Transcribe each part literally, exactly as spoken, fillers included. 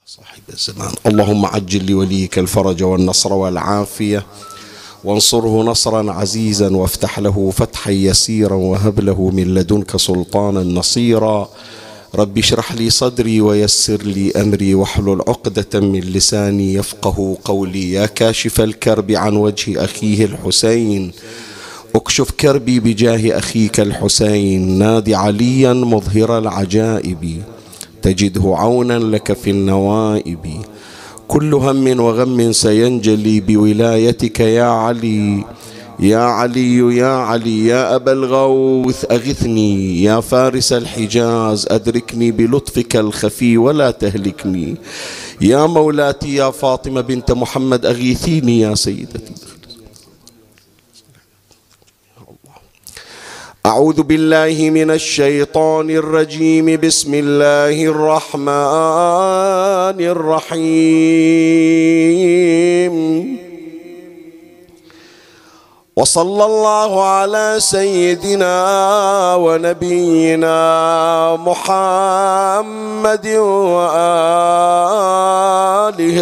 صاحب الزمان. اللهم عجل لوليك الفرج والنصر والعافية، وانصره نصرا عزيزا، وافتح له فتحا يسيرا، وهب له من لدنك سلطانا نصيرا. رب اشرح لي صدري ويسر لي أمري، واحلل عقدة من لساني يفقه قولي. يا كاشف الكرب عن وجه أخيه الحسين، اكشف كربي بجاه أخيك الحسين. نادي عليا مظهر العجائب، تجده عونا لك في النوائب. كل هم وغم سينجلي بولايتك يا علي. يا علي يا علي يا أبا الغوث أغثني. يا فارس الحجاز أدركني بلطفك الخفي ولا تهلكني. يا مولاتي يا فاطمة بنت محمد أغيثيني يا سيدتي. أعوذ بالله من الشيطان الرجيم. بسم الله الرحمن الرحيم. وصلى الله على سيدنا ونبينا محمد وآله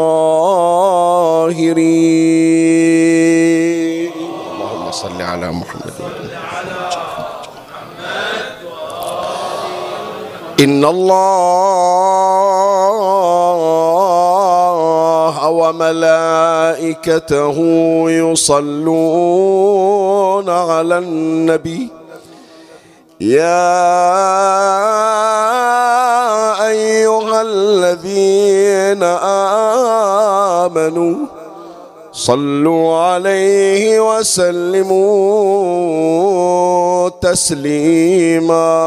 الطاهرين. اللهم صل على محمد. إن الله وملائكته يصلون على النبي. يا أيها الذين آمنوا صلوا عليه وسلموا تسليما.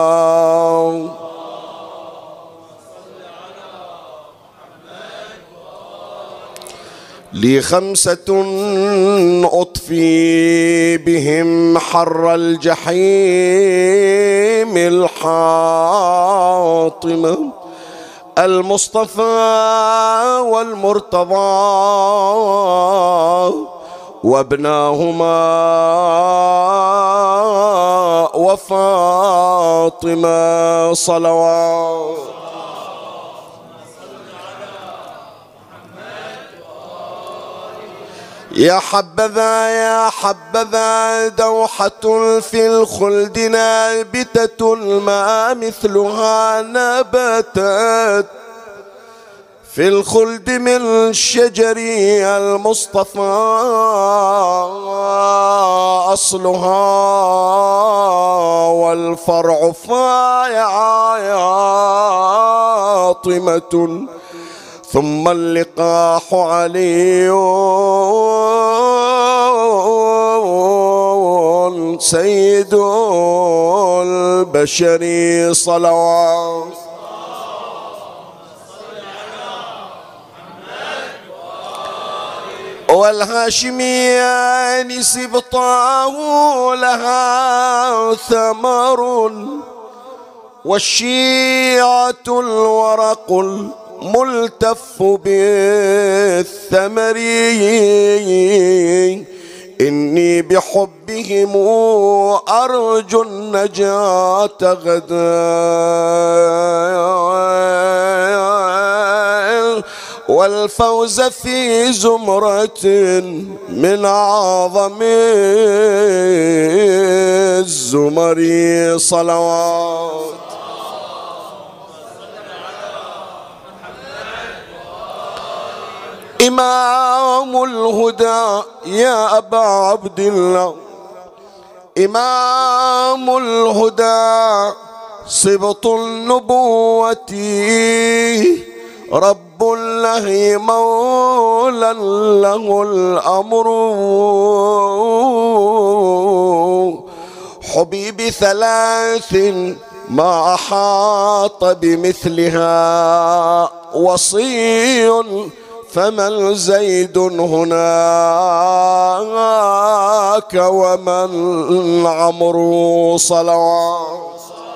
لي خمسة أطفي بهم حر الجحيم الحاطمة: المصطفى والمرتضى وابناهما وفاطمة صلوات. يا حبذا يا حبذا دوحة في الخلد نابتة ما مثلها نبتت في الخلد من شجر المصطفى. أصلها والفرع فاطمة، ثم اللقاح علي سيد البشر صلوات. والهاشميان سبطاه لها ثمر، والشيعة الورق ملتف بالثمر. إني بحبهم أرجو النجاة غدا، والفوز في زمرة من أعظم الزمر صلوات. إمام الهدى يا أبا عبد الله، إمام الهدى صبط النبوة، رب الله مولى له الأمر. حبيب ثلاث ما أحاط بمثلها، وصي فمن زيد هناك ومن عمرو صلوات.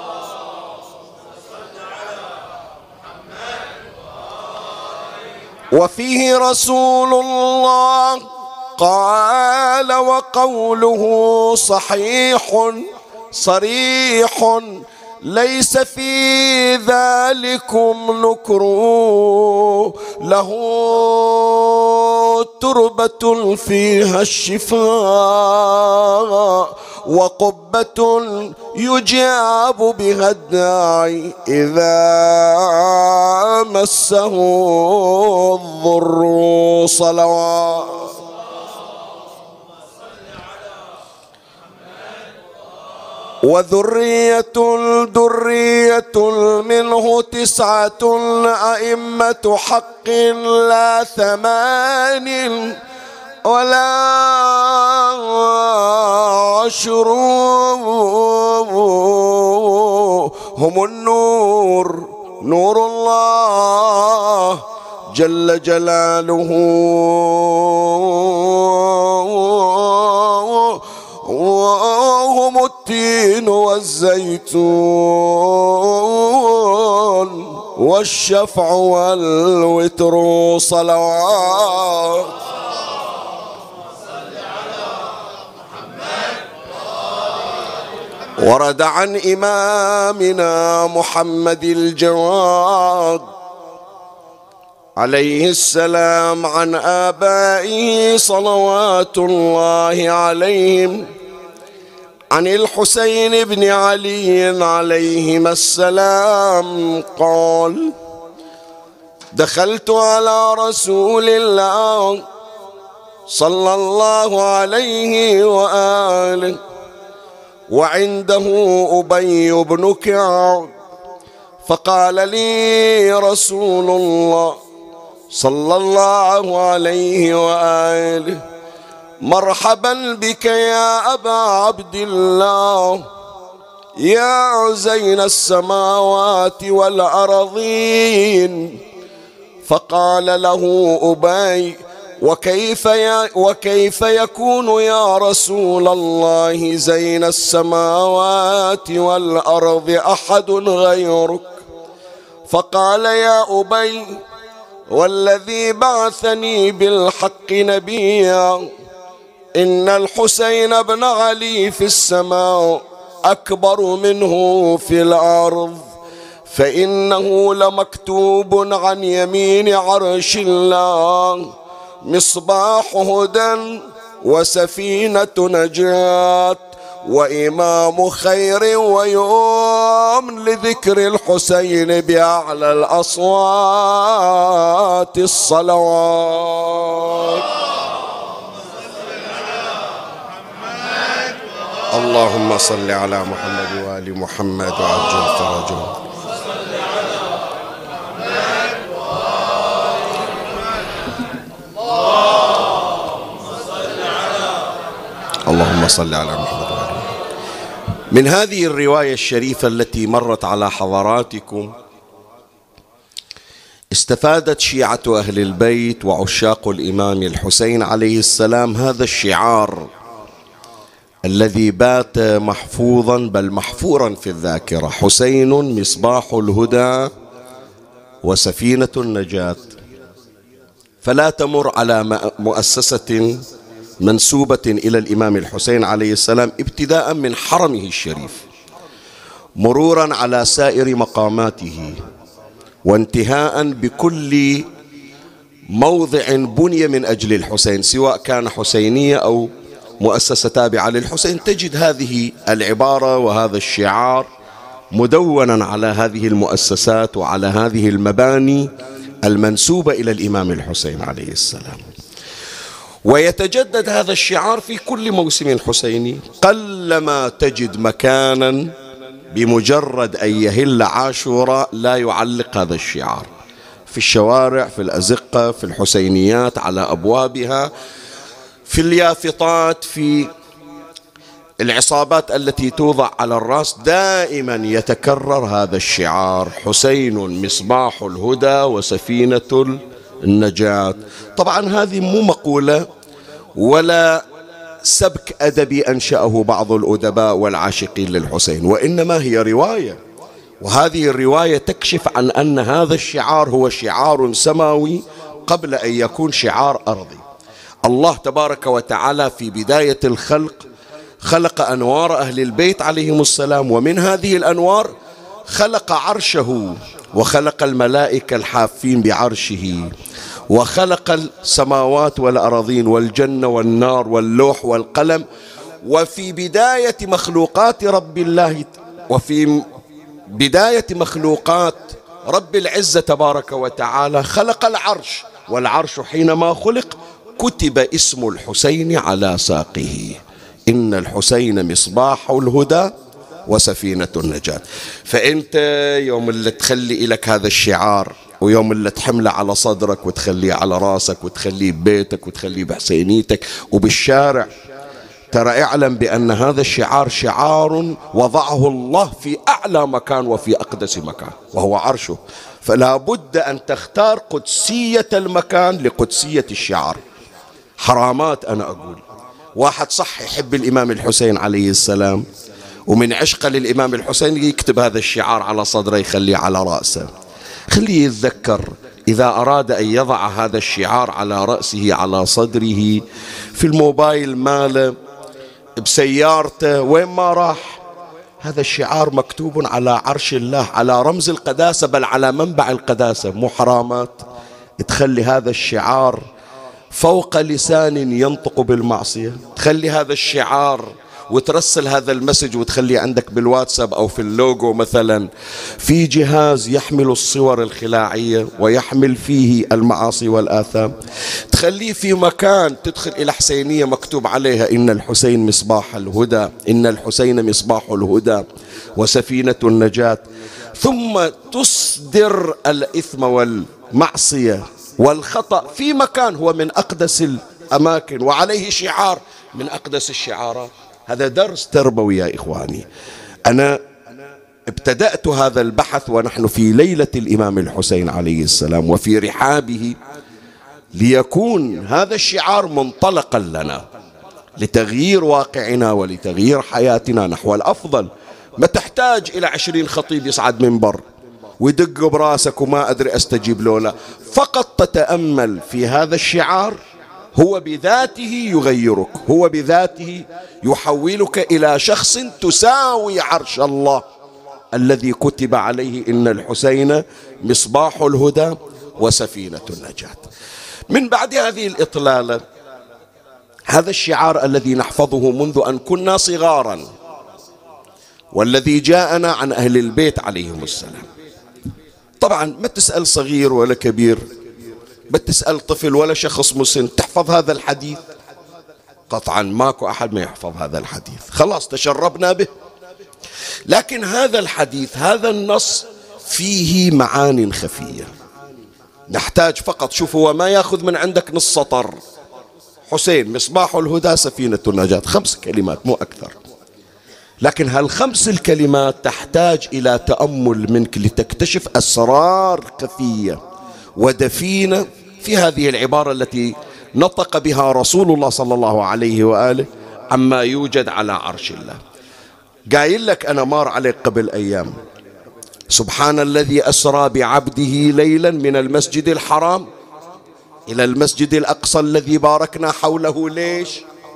وفيه رسول الله قال وقوله صحيح صريح: ليس في ذلكم نكر، له تربة فيها الشفاء، وقبة يجاب بها الداعي إذا مسه الضر. صلوات. وذرية ذرية منه تسعة أئمة حق لا ثمان ولا عشر، هم النور، نور الله جل جلاله، وهم التين والزيتون والشفع والوتر. صلوات. ورد عن إمامنا محمد الجواد عليه السلام عن آبائه صلوات الله عليهم، عن الحسين بن علي عليهما السلام قال: دخلت على رسول الله صلى الله عليه وآله وعنده أبي بن كعب، فقال لي رسول الله صلى الله عليه وآله: مرحبا بك يا أبا عبد الله، يا زين السماوات والأرضين. فقال له أبي: وكيف, يا وكيف يكون يا رسول الله زين السماوات والأرض أحد غيرك؟ فقال: يا أبي، والذي بعثني بالحق نبيا، إن الحسين بن علي في السماء أكبر منه في الأرض، فإنه لمكتوب عن يمين عرش الله مصباح هدى وسفينة نجاة وإمام خير ويوم لذكر الحسين بأعلى الأصوات. الصلوات. اللهم صل على محمد وآل محمد وعجل فرجهم. اللهم صل على محمد وآل محمد. من هذه الرواية الشريفة التي مرت على حضراتكم استفادت شيعة أهل البيت وعشاق الإمام الحسين عليه السلام هذا الشعار الذي بات محفوظا بل محفورا في الذاكرة: حسين مصباح الهدى وسفينة النجاة. فلا تمر على مؤسسة منسوبة إلى الإمام الحسين عليه السلام ابتداء من حرمه الشريف، مرورا على سائر مقاماته، وانتهاء بكل موضع بني من أجل الحسين، سواء كان حسينية أو مؤسسة تابعة للحسين، تجد هذه العبارة وهذا الشعار مدونا على هذه المؤسسات وعلى هذه المباني المنسوبة إلى الإمام الحسين عليه السلام. ويتجدد هذا الشعار في كل موسم حسيني، قلما تجد مكانا بمجرد أن يهل عاشوراء لا يعلق هذا الشعار في الشوارع، في الأزقة، في الحسينيات، على أبوابها، في اليافطات، في العصابات التي توضع على الرأس، دائما يتكرر هذا الشعار: حسين مصباح الهدى وسفينة النجاة. طبعا هذه مو مقولة ولا سبك أدبي أنشأه بعض الأدباء والعاشقين للحسين، وإنما هي رواية، وهذه الرواية تكشف عن أن هذا الشعار هو شعار سماوي قبل أن يكون شعار أرضي. الله تبارك وتعالى في بداية الخلق خلق أنوار أهل البيت عليهم السلام، ومن هذه الأنوار خلق عرشه وخلق الملائكة الحافين بعرشه وخلق السماوات والأراضين والجنة والنار واللوح والقلم. وفي بداية مخلوقات رب الله وفي بداية مخلوقات رب العزة تبارك وتعالى خلق العرش، والعرش حينما خلق كتب اسم الحسين على ساقه، إن الحسين مصباح الهدى وسفينة النجاة. فأنت يوم اللي تخلي لك هذا الشعار، ويوم اللي تحمله على صدرك وتخليه على راسك وتخليه ببيتك وتخليه بحسينيتك وبالشارع، ترى اعلم بأن هذا الشعار شعار وضعه الله في أعلى مكان وفي أقدس مكان وهو عرشه، فلا بد أن تختار قدسية المكان لقدسية الشعار. حرامات أنا أقول واحد صح يحب الإمام الحسين عليه السلام ومن عشقه للإمام الحسين يكتب هذا الشعار على صدره يخليه على رأسه، خليه يتذكر إذا أراد أن يضع هذا الشعار على رأسه على صدره في الموبايل ماله بسيارته وين ما راح، هذا الشعار مكتوب على عرش الله، على رمز القداسة، بل على منبع القداسة. مو حرامات تخلي هذا الشعار فوق لسان ينطق بالمعصية، تخلي هذا الشعار وترسل هذا المسج وتخليه عندك بالواتساب أو في اللوجو مثلا في جهاز يحمل الصور الخلاعية ويحمل فيه المعاصي والآثام، تخليه في مكان تدخل إلى حسينية مكتوب عليها إن الحسين مصباح الهدى، إن الحسين مصباح الهدى وسفينة النجاة، ثم تصدر الإثم والمعصية والخطأ في مكان هو من أقدس الأماكن وعليه شعار من أقدس الشعارات. هذا درس تربوي يا إخواني. أنا ابتدأت هذا البحث ونحن في ليلة الإمام الحسين عليه السلام وفي رحابه، ليكون هذا الشعار منطلقا لنا لتغيير واقعنا ولتغيير حياتنا نحو الأفضل. ما تحتاج إلى عشرين خطيب يصعد منبر ويدق براسك وما أدري أستجيب له، لا، فقط تتأمل في هذا الشعار، هو بذاته يغيرك، هو بذاته يحولك إلى شخص تساوي عرش الله الذي كتب عليه إن الحسين مصباح الهدى وسفينة النجاة. من بعد هذه الإطلالة، هذا الشعار الذي نحفظه منذ أن كنا صغارا والذي جاءنا عن أهل البيت عليهم السلام. طبعا ما تسأل صغير ولا كبير، ما تسأل طفل ولا شخص مسن تحفظ هذا الحديث، قطعا ماكو أحد ما يحفظ هذا الحديث، خلاص تشربنا به. لكن هذا الحديث، هذا النص فيه معان خفية، نحتاج فقط شوف هو ما يأخذ من عندك نص سطر، حسين مصباح الهدى سفينة النجاة، خمس كلمات مو أكثر، لكن هالخمس الكلمات تحتاج إلى تأمل منك لتكتشف أسرار خفية ودفينة في هذه العبارة التي نطق بها رسول الله صلى الله عليه وآله عما يوجد على عرش الله. قايل لك أنا مار عليك قبل أيام، سبحان الذي أسرى بعبده ليلا من المسجد الحرام إلى المسجد الأقصى الذي باركنا حوله، ليش؟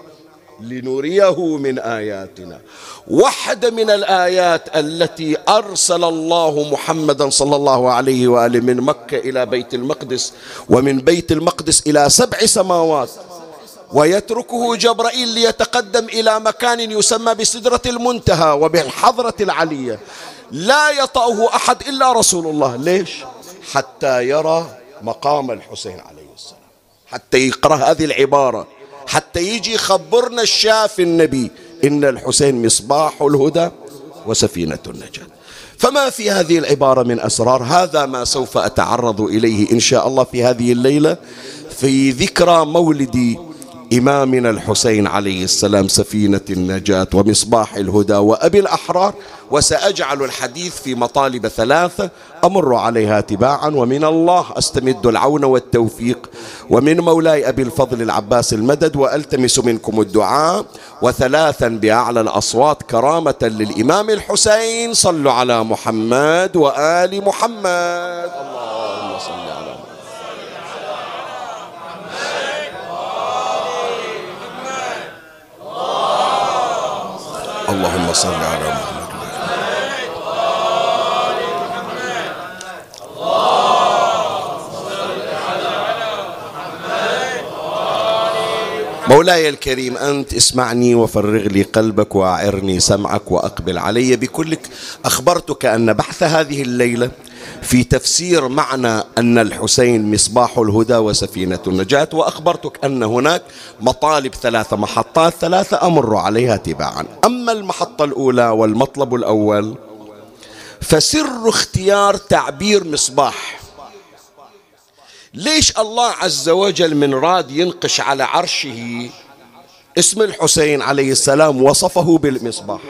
لنريه من آياتنا. واحدة من الآيات التي أرسل الله محمدا صلى الله عليه وآله من مكة إلى بيت المقدس ومن بيت المقدس إلى سبع سماوات، ويتركه جبرائيل ليتقدم إلى مكان يسمى بسدرة المنتهى وبالحضرة العلية، لا يطأه أحد إلا رسول الله. ليش؟ حتى يرى مقام الحسين عليه السلام، حتى يقرأ هذه العبارة، حتى يجي يخبرنا الشاف النبي إن الحسين مصباح الهدى وسفينة النجاة. فما في هذه العبارة من أسرار؟ هذا ما سوف أتعرض إليه إن شاء الله في هذه الليلة في ذكرى مولد إمامنا الحسين عليه السلام سفينة النجاة ومصباح الهدى وأبي الأحرار. وسأجعل الحديث في مطالب ثلاثة أمر عليها تباعا، ومن الله أستمد العون والتوفيق، ومن مولاي أبي الفضل العباس المدد، وألتمس منكم الدعاء، وثلاثا بأعلى الأصوات كرامة للإمام الحسين. صلوا على محمد وآل محمد. اللهم صل على محمد. اللهم صل على محمد. مولاي الكريم أنت اسمعني وفرغ لي قلبك وأعرني سمعك وأقبل علي بكلك. أخبرتك أن بحث هذه الليلة في تفسير معنى أن الحسين مصباح الهدى وسفينة النجاة، وأخبرتك أن هناك مطالب ثلاثة، محطات ثلاثة أمر عليها تباعا. أما المحطة الأولى والمطلب الأول فسر اختيار تعبير مصباح. ليش الله عز وجل من راد ينقش على عرشه اسم الحسين عليه السلام وصفه بالمصباح؟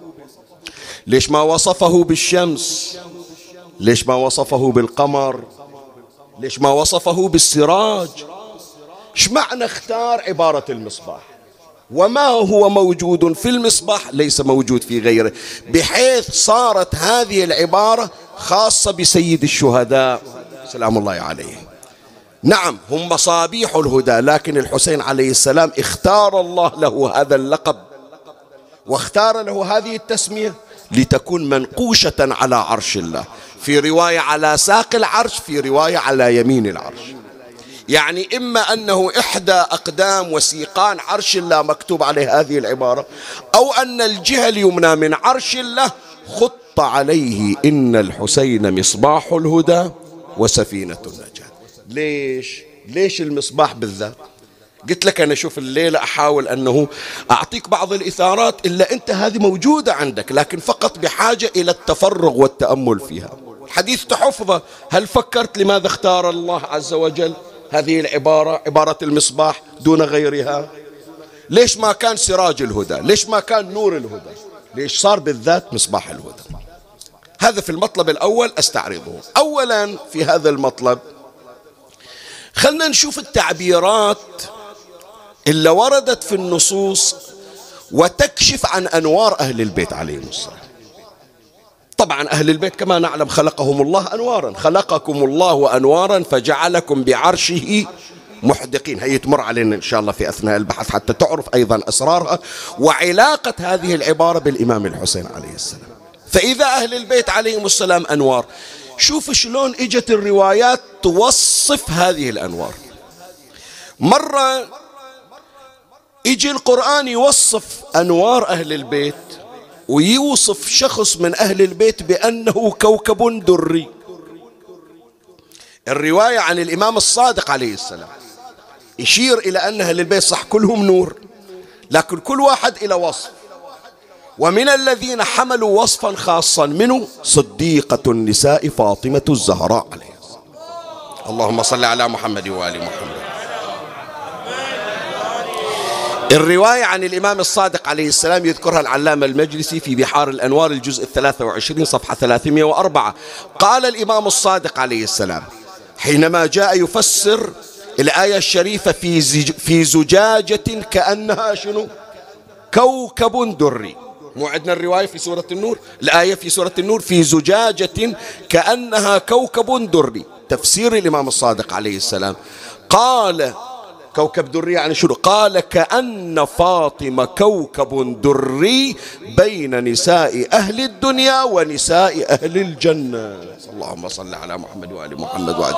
ليش ما وصفه بالشمس؟ ليش ما وصفه بالقمر؟ ليش ما وصفه بالسراج؟ ايش معنى اختار عبارة المصباح؟ وما هو موجود في المصباح ليس موجود في غيره، بحيث صارت هذه العبارة خاصة بسيد الشهداء سلام الله عليه. نعم هم مصابيح الهدى، لكن الحسين عليه السلام اختار الله له هذا اللقب واختار له هذه التسمية لتكون منقوشة على عرش الله، في رواية على ساق العرش، في رواية على يمين العرش. يعني إما أنه إحدى أقدام وسيقان عرش الله مكتوب عليه هذه العبارة، أو أن الجهة اليمنى من عرش الله خط عليه إن الحسين مصباح الهدى وسفينة النجاة. ليش؟ ليش المصباح بالذات؟ قلت لك أنا شوف الليلة أحاول أنه أعطيك بعض الإثارات إلا أنت هذه موجودة عندك، لكن فقط بحاجة إلى التفرغ والتأمل فيها. الحديث تحفظه. هل فكرت لماذا اختار الله عز وجل هذه العبارة، عبارة المصباح دون غيرها؟ ليش ما كان سراج الهدى؟ ليش ما كان نور الهدى؟ ليش صار بالذات مصباح الهدى؟ هذا في المطلب الأول أستعرضه. أولا في هذا المطلب خلنا نشوف التعبيرات اللي وردت في النصوص وتكشف عن أنوار أهل البيت عليهم السلام. طبعا أهل البيت كما نعلم خلقهم الله أنوارا، خلقكم الله أنوارا فجعلكم بعرشه محدقين. هي تمر علينا إن شاء الله في أثناء البحث حتى تعرف أيضا أسرارها وعلاقة هذه العبارة بالإمام الحسين عليه السلام. فإذا أهل البيت عليهم السلام أنوار، شوف شلون إجت الروايات توصف هذه الأنوار. مرة يجي القرآن يوصف أنوار أهل البيت ويوصف شخص من أهل البيت بأنه كوكب دري. الرواية عن الإمام الصادق عليه السلام يشير إلى أن أهل البيت صح كلهم نور، لكن كل واحد إلى وصف، ومن الذين حملوا وصفا خاصا منه صديقة النساء فاطمة الزهراء عليه السلام. اللهم صل على محمد وآل محمد. الرواية عن الإمام الصادق عليه السلام يذكرها العلامة المجلسي في بحار الأنوار الجزء الثلاثة وعشرين صفحة ثلاثمائة وأربعة. قال الإمام الصادق عليه السلام حينما جاء يفسر الآية الشريفة في في زجاجة كأنها شنو؟ كوكب دري. مو عندنا الرواية في سورة النور، الآية في سورة النور في زجاجة كأنها كوكب دري. تفسير الإمام الصادق عليه السلام قال كوكب دري يعني شنو؟ قال كأن فاطمة كوكب دري بين نساء أهل الدنيا ونساء أهل الجنة. اللهم صل على محمد وآل محمد وعجل.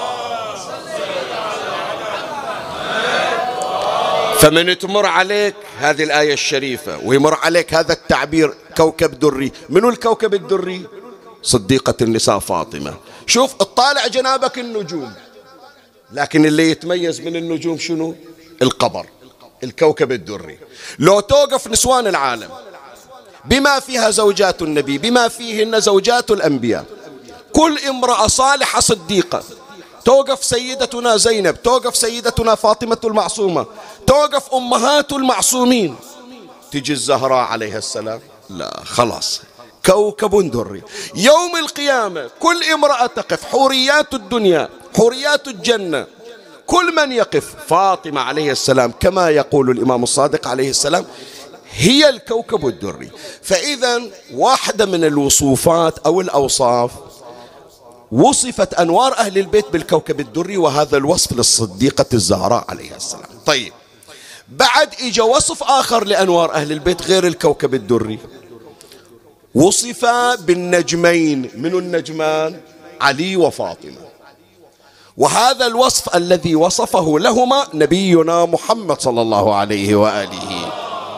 فمن تمر عليك هذه الآية الشريفة ويمر عليك هذا التعبير كوكب دري، منو الكوكب الدري؟ صديقة النساء فاطمة. شوف اطالع جنابك النجوم، لكن اللي يتميز من النجوم شنو؟ القمر، الكوكب الدري. لو توقف نسوان العالم بما فيها زوجات النبي بما فيهن زوجات الأنبياء، كل امرأة صالحة صديقة، توقف سيدتنا زينب، توقف سيدتنا فاطمة المعصومة، توقف أمهات المعصومين، تجي الزهراء عليها السلام، لا خلاص كوكب دري. يوم القيامة كل امرأة تقف، حوريات الدنيا حوريات الجنة، كل من يقف فاطمة عليه السلام كما يقول الإمام الصادق عليه السلام هي الكوكب الدري. فإذا واحدة من الوصوفات أو الأوصاف وصفت أنوار أهل البيت بالكوكب الدري، وهذا الوصف للصديقة الزهراء عليها السلام. طيب بعد إجا وصف آخر لأنوار أهل البيت غير الكوكب الدري، وصف بالنجمين. من النجمان؟ علي وفاطمة. وهذا الوصف الذي وصفه لهما نبينا محمد صلى الله عليه وآله.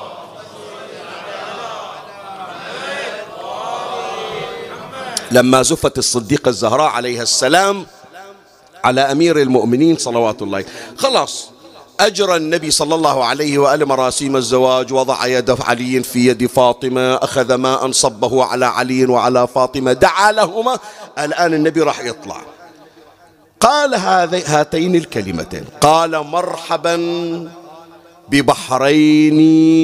لما زفت الصديقة الزهراء عليها السلام على أمير المؤمنين صلوات الله، خلاص أجرى النبي صلى الله عليه وآله مراسيم الزواج، وضع يد علي في يد فاطمة، أخذ ماء صبه على علي وعلى فاطمة، دعا لهما. الآن النبي راح يطلع، قال هاتين الكلمتين، قال مرحبا ببحرين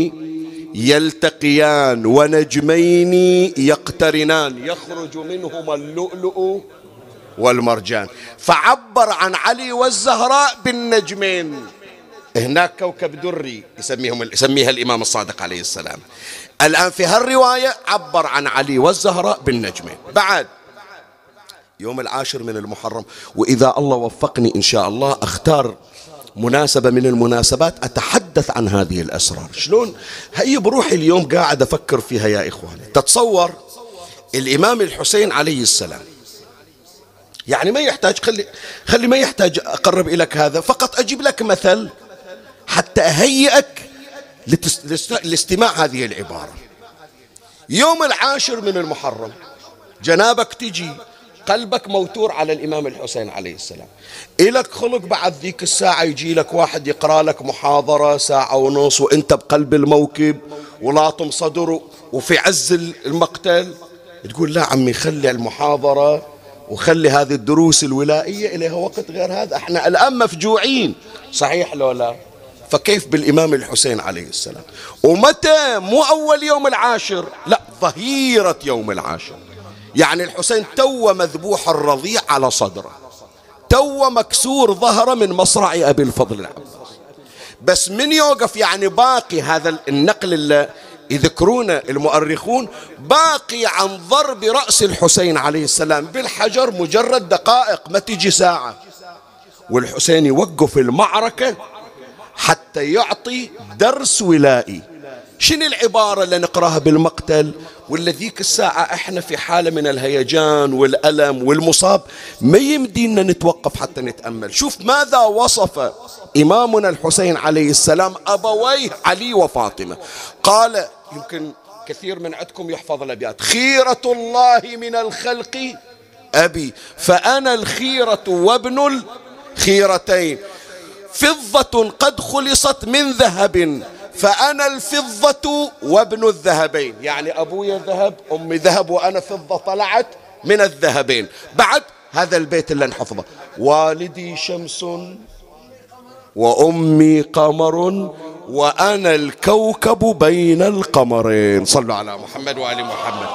يلتقيان ونجمين يقترنان يخرج منهما اللؤلؤ والمرجان. فعبر عن علي والزهراء بالنجمين. هناك كوكب دري يسميهم يسميها الإمام الصادق عليه السلام. الآن في هالرواية عبر عن علي والزهراء بالنجمين. بعد يوم العاشر من المحرم، وإذا الله وفقني إن شاء الله أختار مناسبة من المناسبات أتحدث عن هذه الأسرار. شلون هي بروحي اليوم قاعد أفكر فيها يا إخواني. تتصور الإمام الحسين عليه السلام، يعني ما يحتاج، خلي خلي ما يحتاج أقرب إليك هذا، فقط أجيب لك مثل حتى أهيئك لاستماع هذه العبارة. يوم العاشر من المحرم جنابك تجي، قلبك موتور على الإمام الحسين عليه السلام، إلك خلق بعد ذيك الساعة يجي لك واحد يقرأ لك محاضرة ساعة ونص وإنت بقلب الموكب ولاطم صدره وفي عز المقتل، تقول لا عمي خلي المحاضرة وخلي هذه الدروس الولائية إليها وقت غير هذا، احنا الآن مفجوعين، صحيح لو لا؟ فكيف بالإمام الحسين عليه السلام؟ ومتى؟ مو أول يوم العاشر، لا، ظهيرة يوم العاشر. يعني الحسين تو مذبوح الرضيع على صدره، تو مكسور ظهره من مصرع أبي الفضل العباس، بس من يوقف يعني باقي هذا النقل اللي يذكرون المؤرخون، باقي عن ضرب رأس الحسين عليه السلام بالحجر مجرد دقائق، ما تجي ساعة، والحسين يوقف المعركة حتى يعطي درس ولائي. شنو العبارة اللي نقراها بالمقتل؟ ولا ذيك الساعة احنا في حالة من الهيجان والألم والمصاب، ما يمدينا نتوقف حتى نتأمل. شوف ماذا وصف إمامنا الحسين عليه السلام أبويه علي وفاطمة. قال، يمكن كثير من عندكم يحفظ الأبيات: خيرة الله من الخلق أبي، فأنا الخيرة وابن الخيرتين، فضة قد خلصت من ذهب، فأنا الفضة وابن الذهبين. يعني أبويا ذهب، أمي ذهب، وأنا فضة طلعت من الذهبين. بعد هذا البيت اللي نحفظه: والدي شمس وأمي قمر وأنا الكوكب بين القمرين. صلوا على محمد وآل محمد.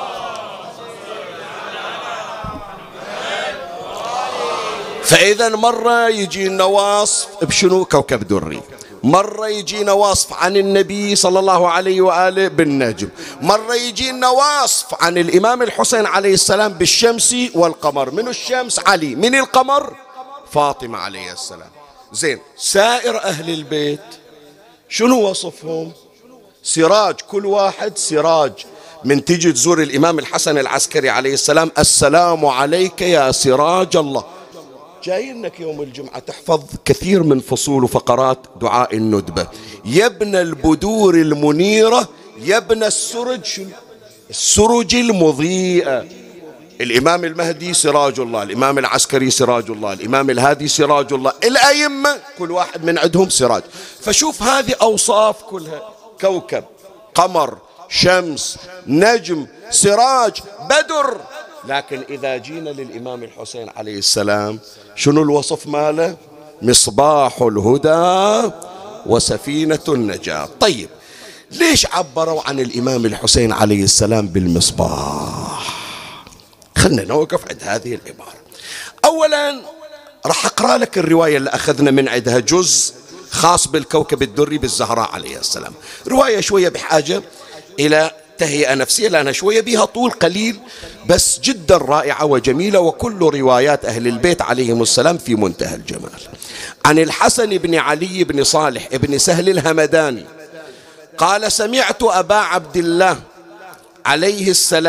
فإذا مرة يجينا وصف بشنو؟ كوكب دري، مرة يجينا وصف عن النبي صلى الله عليه وآله بالنجم، مرة يجينا وصف عن الإمام الحسين عليه السلام بالشمس والقمر. من الشمس علي، من القمر فاطمة عليه السلام. زين، سائر أهل البيت شنو وصفهم؟ سراج، كل واحد سراج. من تجي تزور الإمام الحسن العسكري عليه السلام: السلام عليك يا سراج الله. جايينك يوم الجمعة تحفظ كثير من فصول وفقرات دعاء الندبة: يا ابن البدور المنيرة، يا ابن السرج، السرج المضيئة. الإمام المهدي سراج الله، الإمام العسكري سراج الله، الإمام الهادي سراج الله، الأئمة كل واحد من عندهم سراج. فشوف هذه أوصاف كلها: كوكب، قمر، شمس، نجم، سراج، بدر. لكن إذا جينا للإمام الحسين عليه السلام شنو الوصف ماله؟ مصباح الهدى وسفينة النجاة. طيب، ليش عبروا عن الإمام الحسين عليه السلام بالمصباح؟ خلنا نوقف عند هذه العبارة. أولا راح أقرأ لك الرواية اللي أخذنا من عندها جزء خاص بالكوكب الدري بالزهراء عليه السلام. رواية شوية بحاجة إلى تهيئة نفسية لأنها شوية بها طول قليل، بس جدا رائعة وجميلة، وكل روايات أهل البيت عليهم السلام في منتهى الجمال. عن الحسن بن علي بن صالح بن سهل الهمداني قال: سمعت أبا عبد الله عليه السلام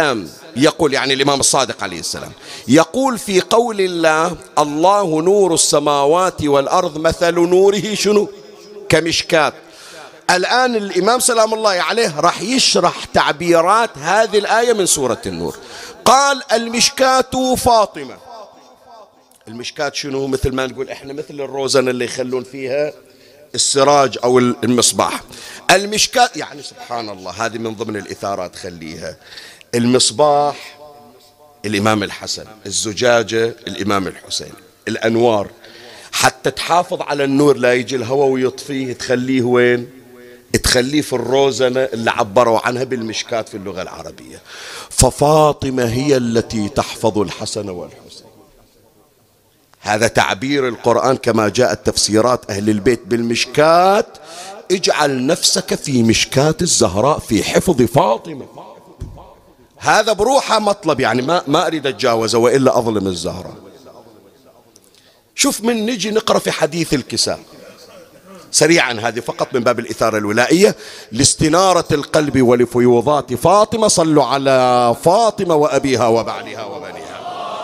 يقول يعني الإمام الصادق عليه السلام يقول في قول الله الله نور السماوات والأرض مثل نوره شنو؟ كمشكاة. الآن الإمام سلام الله عليه راح يشرح تعبيرات هذه الآية من سورة النور. قال المشكاة فاطمة. المشكاة شنو؟ مثل ما نقول إحنا مثل الروزن اللي يخلون فيها السراج أو المصباح. المشكاة يعني سبحان الله هذه من ضمن الإثارات خليها. المصباح الإمام الحسن، الزجاجة الإمام الحسين، الأنوار حتى تحافظ على النور لا يجي الهواء ويطفيه، تخليه وين؟ تخليه في الروزنة اللي عبروا عنها بالمشكاة في اللغة العربية. ففاطمة هي التي تحفظ الحسن والحسين. هذا تعبير القرآن كما جاءت تفسيرات أهل البيت بالمشكاة. اجعل نفسك في مشكاة الزهراء في حفظ فاطمة. هذا بروحه مطلب يعني ما ما أريد أتجاوزه وإلا أظلم الزهراء. شوف من نجي نقرأ في حديث الكساء سريعا، هذه فقط من باب الإثارة الولائية لاستنارة القلب ولفيوضات فاطمة. صلوا على فاطمة وأبيها وبعلها وبنيها.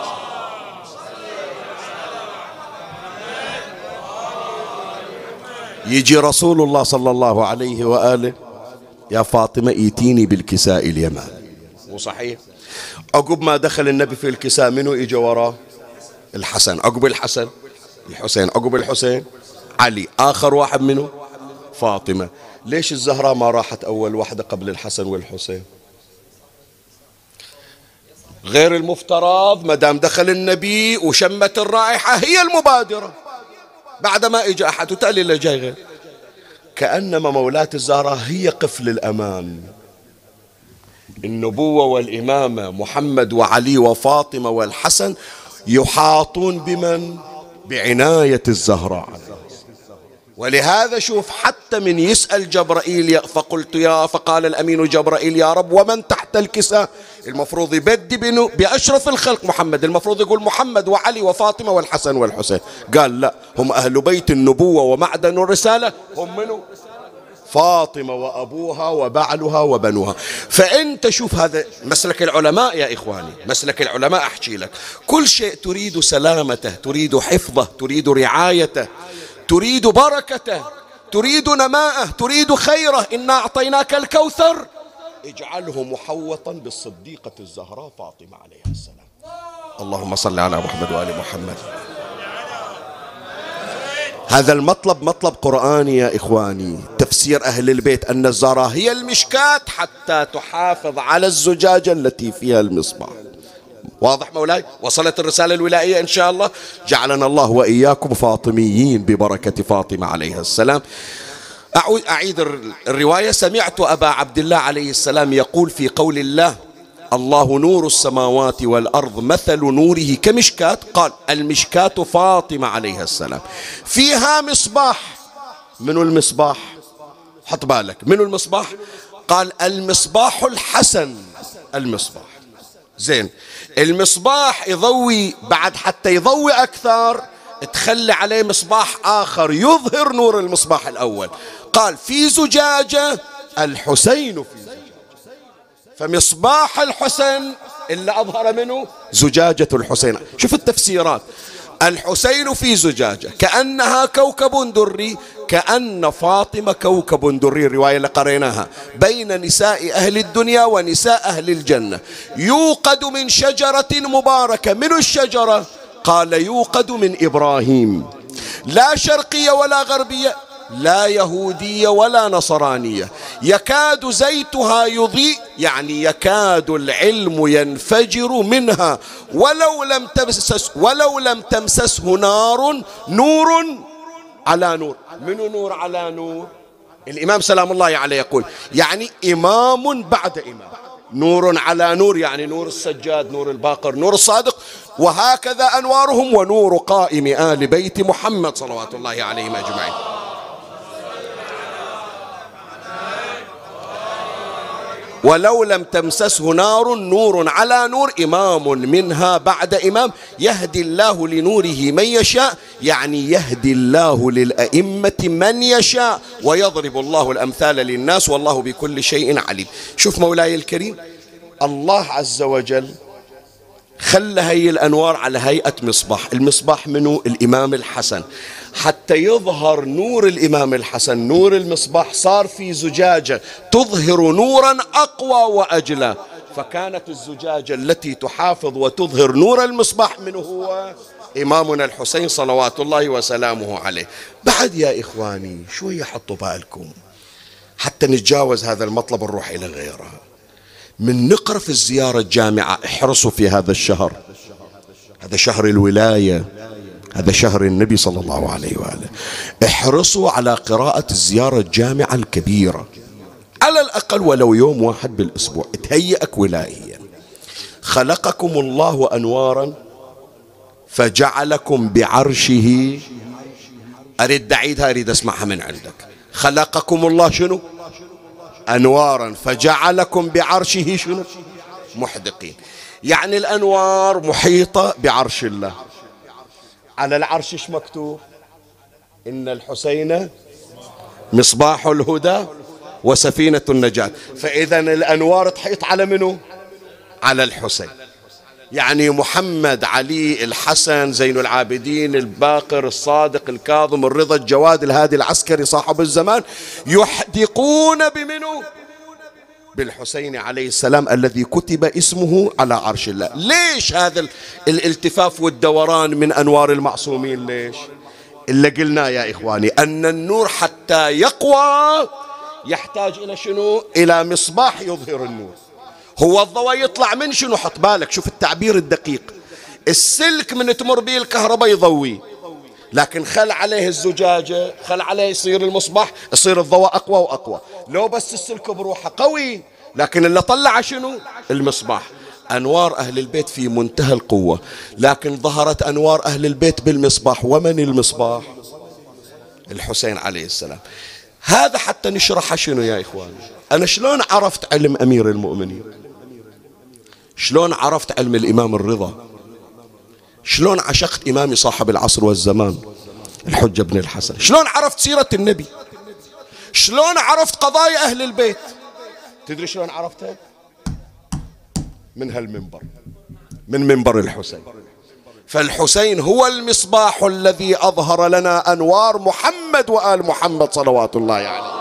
يجي رسول الله صلى الله عليه وآله يا فاطمة ايتيني بالكساء اليمان. مو صحيح؟ عقب ما دخل النبي في الكساء منو اجى وراه؟ الحسن. عقب الحسن الحسين. عقب الحسين علي. آخر واحد منو؟ فاطمة. ليش الزهراء ما راحت أول واحدة قبل الحسن والحسين؟ غير المفترض ما دام دخل النبي وشمت الرائحة هي المبادرة بعد ما اجى أحد وتالي اللي جاي غير. كأنما مولاة الزهراء هي قفل الأمان. النبوة والإمامة محمد وعلي وفاطمة والحسن يحاطون بمن؟ بعناية الزهراء. ولهذا شوف حتى من يسأل جبرائيل فقلت يا فقال الأمين جبرائيل يا رب ومن تحت الكساء؟ المفروض يبدي بنو بأشرف الخلق محمد، المفروض يقول محمد وعلي وفاطمة والحسن والحسين. قال لا، هم أهل بيت النبوة ومعدن الرسالة، هم منو؟ فاطمة وأبوها وبعلها وبنوها. فأنت شوف هذا مسلك العلماء يا إخواني، مسلك العلماء. أحكي لك كل شيء تريد سلامته، تريد حفظه، تريد رعايته، تريد بركته، تريد نماءه، تريد خيره. إنا أعطيناك الكوثر اجعله محوطا بالصديقة الزهراء فاطمة عليها السلام. اللهم صل على محمد وآل محمد. هذا المطلب مطلب قرآني يا إخواني. تفسير أهل البيت أن الزهراء هي المشكاة حتى تحافظ على الزجاجة التي فيها المصباح. واضح مولاي؟ وصلت الرسالة الولائية إن شاء الله. جعلنا الله وإياكم فاطميين ببركة فاطمة عليها السلام. أعيد الرواية. سمعت أبا عبد الله عليه السلام يقول في قول الله الله نور السماوات والأرض مثل نوره كمشكاة. قال المشكاة فاطمة عليها السلام فيها مصباح. منو المصباح؟ حط بالك منو المصباح؟ قال المصباح الحسن. المصباح زين. المصباح يضوي بعد حتى يضوي أكثر تخلي عليه مصباح آخر يظهر نور المصباح الأول. قال في زجاجة الحسين في زجاجة. فمصباح الحسن اللي أظهر منه زجاجة الحسين. شوف التفسيرات. الحسين في زجاجة كأنها كوكب دري، كأن فاطمة كوكب دري. الرواية اللي قريناها بين نساء أهل الدنيا ونساء أهل الجنة. يوقد من شجرة مباركة. من الشجرة؟ قال يوقد من إبراهيم. لا شرقية ولا غربية، لا يهودية ولا نصرانية. يكاد زيتها يضيء، يعني يكاد العلم ينفجر منها ولو لم تمسس ولو لم تمسسه نار. نور على نور. من نور على نور؟ الإمام سلام الله عليه يقول يعني إمام بعد إمام. نور على نور يعني نور السجاد، نور الباقر، نور الصادق، وهكذا أنوارهم. ونور قائم آل بيت محمد صلوات الله عليهم أجمعين. ولو لم تمسسه نار. نور على نور، إمام منها بعد إمام. يهدي الله لنوره من يشاء، يعني يهدي الله للأئمة من يشاء، ويضرب الله الأمثال للناس والله بكل شيء عليم. شوف مولاي الكريم الله عز وجل خلى هي الأنوار على هيئة مصباح. المصباح منه الإمام الحسن، حتى يظهر نور الإمام الحسن نور المصباح صار في زجاجة تظهر نورا أقوى وأجلى، فكانت الزجاجة التي تحافظ وتظهر نور المصباح منه هو إمامنا الحسين صلوات الله وسلامه عليه. بعد يا إخواني شوية حطوا بالكم حتى نتجاوز هذا المطلب ونروح إلى غيره. من نقرأ في الزيارة الجامعة، احرصوا في هذا الشهر، هذا شهر الولاية، هذا شهر النبي صلى الله عليه وآله، احرصوا على قراءة الزيارة الجامعة الكبيرة على الأقل ولو يوم واحد بالأسبوع، تهيئك ولائيا. خلقكم الله أنوارا فجعلكم بعرشه، أريد أعيدها أريد أسمعها من عندك. خلقكم الله شنو؟ أنوارا فجعلكم بعرشه شنو؟ محدقين. يعني الأنوار محيطة بعرش الله. على العرش ايش مكتوب؟ إن الحسين مصباح الهدى وسفينة النجاة. فإذا الأنوار تحيط على منو؟ على الحسين. يعني محمد، علي، الحسن، زين العابدين، الباقر، الصادق، الكاظم، الرضا، الجواد، الهادي، العسكري، صاحب الزمان، يحدقون بمنو؟ بالحسين عليه السلام الذي كتب اسمه على عرش الله. ليش هذا الالتفاف والدوران من أنوار المعصومين؟ ليش؟ اللي قلنا يا إخواني أن النور حتى يقوى يحتاج إلى شنو؟ إلى مصباح يظهر النور. هو الضوء يطلع من شنو؟ حط بالك، شوف التعبير الدقيق. السلك من تمر به الكهرباء يضوي، لكن خل عليه الزجاجة، خل عليه يصير المصباح، يصير الضوء أقوى وأقوى. لو بس السلك بروحه قوي، لكن اللي طلع شنو؟ المصباح. أنوار أهل البيت في منتهى القوة، لكن ظهرت أنوار أهل البيت بالمصباح. ومن المصباح؟ الحسين عليه السلام. هذا حتى نشرح شنو يا إخواني. أنا شلون عرفت علم أمير المؤمنين؟ شلون عرفت علم الإمام الرضا؟ شلون عشقت إمامي صاحب العصر والزمان الحجة بن الحسن؟ شلون عرفت سيرة النبي؟ شلون عرفت قضايا أهل البيت؟ تدري شلون عرفتها؟ من هالمنبر، من منبر الحسين. فالحسين هو المصباح الذي أظهر لنا أنوار محمد وآل محمد صلوات الله عليه.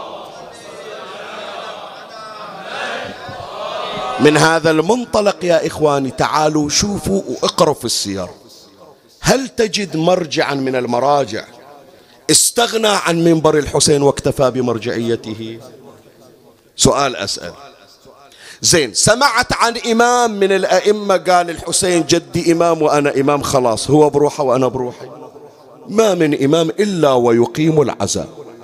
من هذا المنطلق يا إخواني تعالوا شوفوا واقروا في السير. هل تجد مرجعا من المراجع استغنى عن منبر الحسين واكتفى بمرجعيته؟ سؤال أسأل. زين، سمعت عن إمام من الأئمة قال الحسين جدي إمام وأنا إمام، خلاص هو بروحه وأنا بروحي؟ ما من إمام إلا ويقيم العزاء.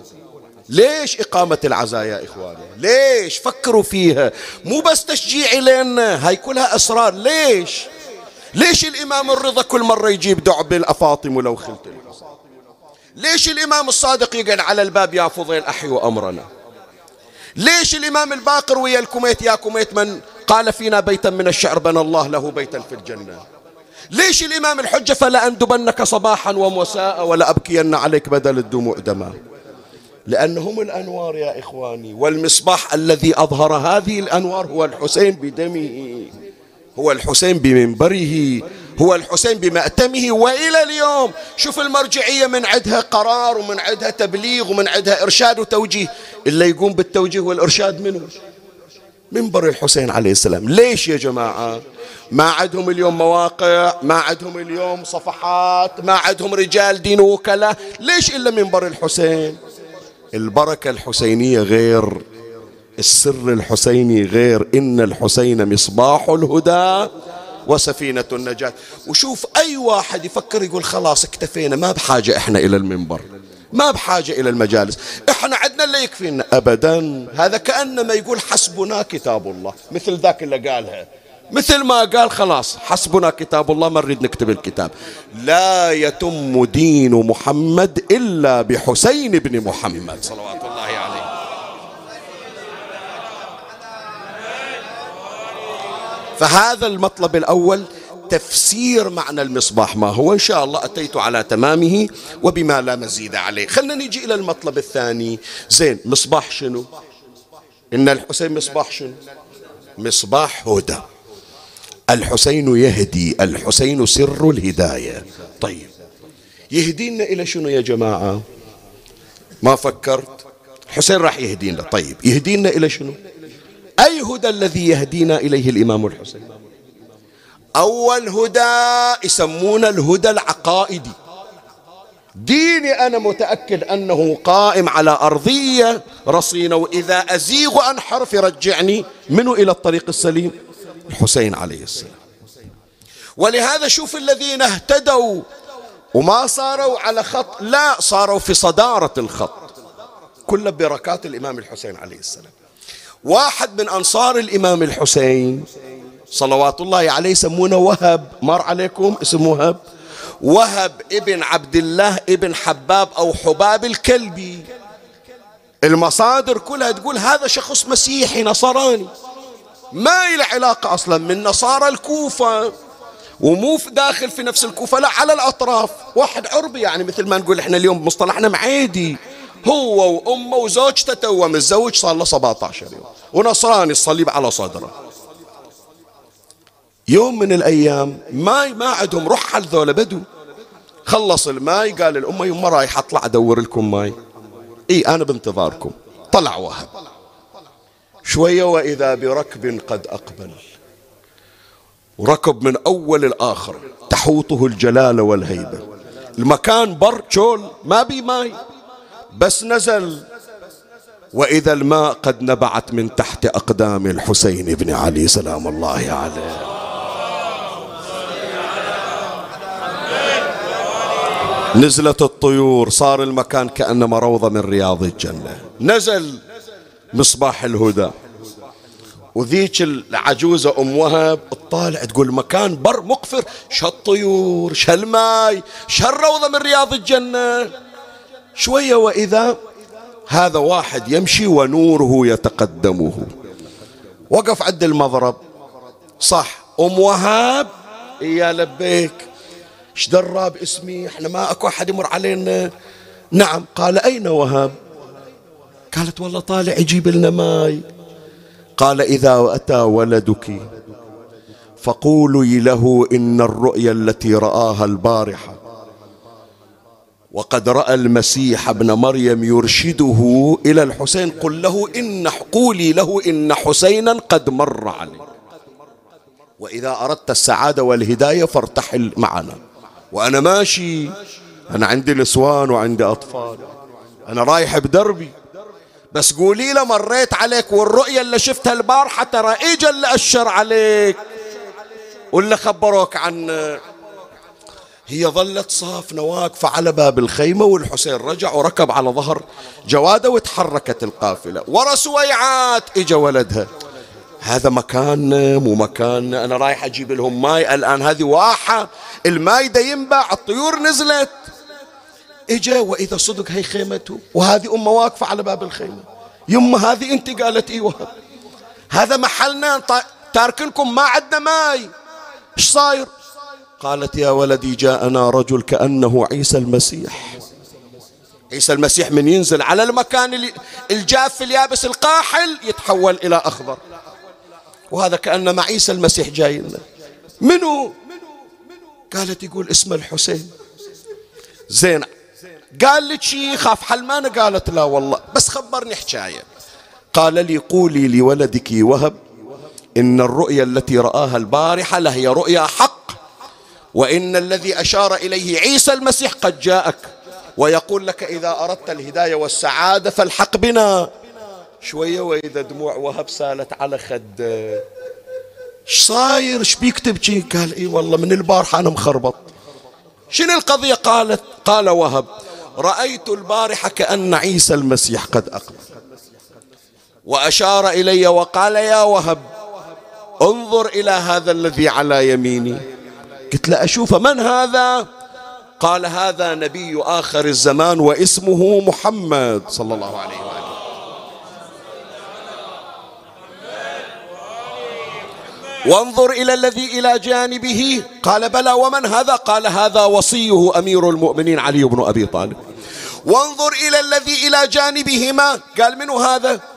ليش إقامة العزاء يا إخواني؟ ليش؟ فكروا فيها، مو بس تشجيع لنا، هاي كلها أسرار. ليش؟ ليش الإمام الرضا كل مرة يجيب دعب الأفاطم ولو خلت الحسين؟ ليش الإمام الصادق يقعد على الباب يا فضيل أحيوا أمرنا؟ ليش الإمام الباقر ويا الكميت يا كميت من قال فينا بيتا من الشعر بنى الله له بيتا في الجنة؟ ليش الإمام الحجة فلا أندبنك صباحا ومساء ولا أبكين عليك بدل الدموع دما؟ لأنهم الأنوار يا إخواني، والمصباح الذي أظهر هذه الأنوار هو الحسين بدمه، هو الحسين بمنبره، هو الحسين بمأتمه. وإلى اليوم شوف المرجعية من عندها قرار ومن عندها تبليغ ومن عندها إرشاد وتوجيه، اللي يقوم بالتوجيه والإرشاد منه منبر الحسين عليه السلام. ليش يا جماعة؟ ما عندهم اليوم مواقع، ما عندهم اليوم صفحات، ما عندهم رجال دين وكلاء، ليش إلا منبر الحسين؟ البركة الحسينية غير، السر الحسيني غير. إن الحسين مصباح الهدى وسفينة النجاة. وشوف أي واحد يفكر يقول خلاص اكتفينا، ما بحاجة إحنا إلى المنبر، ما بحاجة إلى المجالس، إحنا عندنا اللي يكفينا. أبدا، هذا كأنما يقول حسبنا كتاب الله، مثل ذاك اللي قالها، مثل ما قال خلاص حسبنا كتاب الله ما نريد نكتب الكتاب. لا يتم دين محمد إلا بحسين بن محمد صلوات الله عليه. فهذا المطلب الأول تفسير معنى المصباح ما هو، إن شاء الله أتيت على تمامه وبما لا مزيد عليه. خلنا نيجي إلى المطلب الثاني. زين، مصباح شنو؟ إن الحسين مصباح شنو؟ مصباح هدى، الحسين يهدي، الحسين سر الهداية. طيب يهدينا إلى شنو يا جماعة؟ ما فكرت؟ الحسين راح يهدينا. طيب يهدينا إلى شنو؟ أي هدى الذي يهدينا إليه الإمام الحسين؟ أول هدى يسمونه الهدى العقائدي. ديني أنا متأكد أنه قائم على أرضية رصينة، وإذا أزيغ عن حرف يرجعني منه إلى الطريق السليم، الحسين عليه السلام. ولهذا شوف الذين اهتدوا وما صاروا على خط، لا صاروا في صدارة الخط، كل بركات الإمام الحسين عليه السلام. واحد من أنصار الإمام الحسين صلوات الله عليه يسمونه وهب، مر عليكم اسمه وهب، وهب ابن عبد الله ابن حباب أو حباب الكلبي. المصادر كلها تقول هذا شخص مسيحي نصراني، ما له علاقة أصلا من نصارى الكوفة، ومو داخل في نفس الكوفة، لا على الأطراف، واحد عربي يعني مثل ما نقول احنا اليوم بمصطلحنا معيدي، هو وأمه وزوجته توه متزوج صار له سبعة عشر يوم، ونصراني الصليب على صدره. يوم من الأيام ماي ما عندهم، رحل ذولا بدو، خلص الماي قال الأمة يوم رايح أطلع أدور لكم ماي، إي أنا بانتظاركم. طلع وهب شوية وإذا بركب قد أقبل، وركب من أول الآخر تحوطه الجلالة والهيبة، المكان بر شول ما بي ماي، بس نزل وإذا الماء قد نبعت من تحت أقدام الحسين بن علي سلام الله عليه. نزلت الطيور، صار المكان كأنما روضة من رياض الجنة. نزل مصباح الهدى، وذيك العجوزة أم وهب تطالع تقول مكان بر مقفر، شالطيور شالماي شالروضة من رياض الجنة. شوية وإذا هذا واحد يمشي ونوره يتقدمه، وقف عند المضرب. صح أم وهب؟ يا لبيك، ايش دراب اسمي، احنا ما اكو احد يمر علينا. نعم. قال اين وهب؟ قالت والله طالع يجيب لنا ماي. قال اذا اتى ولدك فقولي له ان الرؤيا التي رآها البارحة وقد رأى المسيح ابن مريم يرشده إلى الحسين، قل له إن قولي له إن حسينا قد مر عليه، وإذا أردت السعادة والهداية فارتحل معنا. وأنا ماشي، أنا عندي نسوان وعندي أطفال، أنا رايح بدربي، بس قولي له مريت عليك والرؤية اللي شفتها البارحة ترى إجا اللي أشر عليك واللي خبروك عنه. هي ظلت صافنة واقفة على باب الخيمة، والحسين رجع وركب على ظهر جوادة وتحركت القافلة. ورا سويعات إجا ولدها، هذا مكان مو مكان، أنا رايح أجيب لهم ماي الآن، هذه واحة الماي دا ينبع، الطيور نزلت. إجا وإذا صدق هي خيمته، وهذه أمه واقفة على باب الخيمة. يمه هذه أنت؟ قالت إيه وهب، هذا محلنا تاركنكم ما عندنا ماي، إيش صاير؟ قالت يا ولدي جاءنا رجل كأنه عيسى المسيح. عيسى المسيح من ينزل على المكان الجاف اليابس القاحل يتحول إلى أخضر، وهذا كأنما عيسى المسيح جاي لنا. منو؟ قالت يقول اسم الحسين. زين، قال لك شي خاف حلمانة؟ قالت لا والله، بس خبرني حكاية. قال لي قولي لولدك وهب إن الرؤيا التي رآها البارحة لهي رؤيا حق، وإن الذي أشار إليه عيسى المسيح قد جاءك ويقول لك إذا أردت الهداية والسعادة فالحق بنا. شوية وإذا دموع وهب سالت على خده. ايش صاير؟ ايش بيك تبكي؟ قال اي والله من البارحة أنا مخربط. شنو القضية؟ قالت قال وهب رأيت البارحة كأن عيسى المسيح قد أقبل وأشار إلي وقال يا وهب انظر إلى هذا الذي على يميني. قلت له أشوفه، من هذا؟ قال هذا نبي آخر الزمان واسمه محمد صلى الله عليه وآله. وانظر إلى الذي إلى جانبه. قال بلى، ومن هذا؟ قال هذا وصيه أمير المؤمنين علي بن أبي طالب. وانظر إلى الذي إلى جانبهما. قال من هذا؟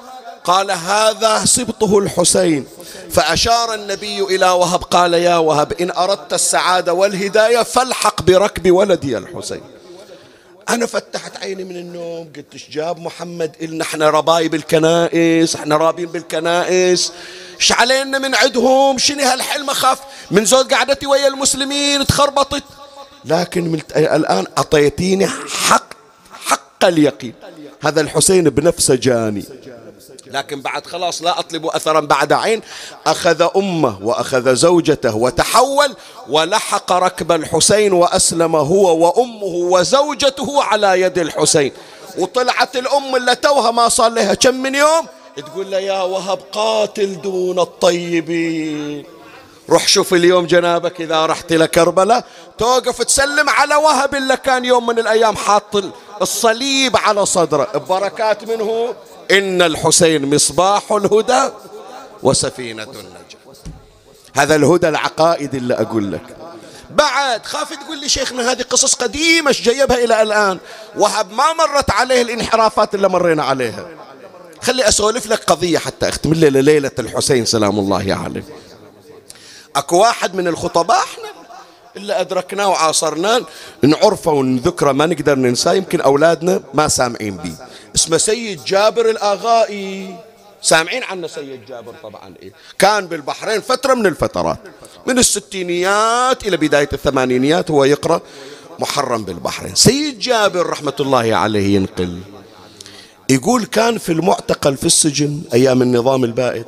قال هذا سبطه الحسين. فأشار النبي إلى وهب قال يا وهب إن أردت السعادة والهداية فالحق بركب ولدي الحسين. أنا فتحت عيني من النوم قلت إيش جاب محمد إلنا إحنا ربايب الكنائس، إحنا رابين بالكنائس، إيش علينا من عدهم؟ شنو هالحلم أخاف من زود قعدتي ويا المسلمين تخربطت. لكن من الآن أعطيتيني حق حق اليقين هذا الحسين بنفسه جاني. لكن بعد خلاص لا أطلب أثرا بعد عين، أخذ أمه وأخذ زوجته وتحول ولحق ركب الحسين وأسلم هو وأمه وزوجته على يد الحسين. وطلعت الأم اللي توها ما صار لها كم من يوم تقول له يا وهب قاتل دون الطيبين. روح شوف اليوم جنابك إذا رحت لكربلاء توقف تسلم على وهب اللي كان يوم من الأيام حاط الصليب على صدره ببركات منه إن الحسين مصباح الهدى وسفينة النجاة. هذا الهدى العقائدي اللي أقول لك. بعد خاف تقول لي شيخنا هذه قصص قديمة ايش جايبها إلى الآن؟ وهب ما مرت عليه الانحرافات اللي مرينا عليها. خلي أسولف لك قضية حتى أختم الليلة ليلة الحسين سلام الله عليه. أكو واحد من الخطباء احنا اللي أدركناه وعاصرناه نعرفه ونذكره ما نقدر ننساه، يمكن أولادنا ما سامعين بيه، اسمه سيد جابر الآغائي. سامعين عنه سيد جابر طبعا. إيه؟ كان بالبحرين فترة من الفترات من الستينيات إلى بداية الثمانينيات هو يقرأ محرم بالبحرين. سيد جابر رحمة الله عليه ينقل يقول كان في المعتقل في السجن أيام النظام البائد،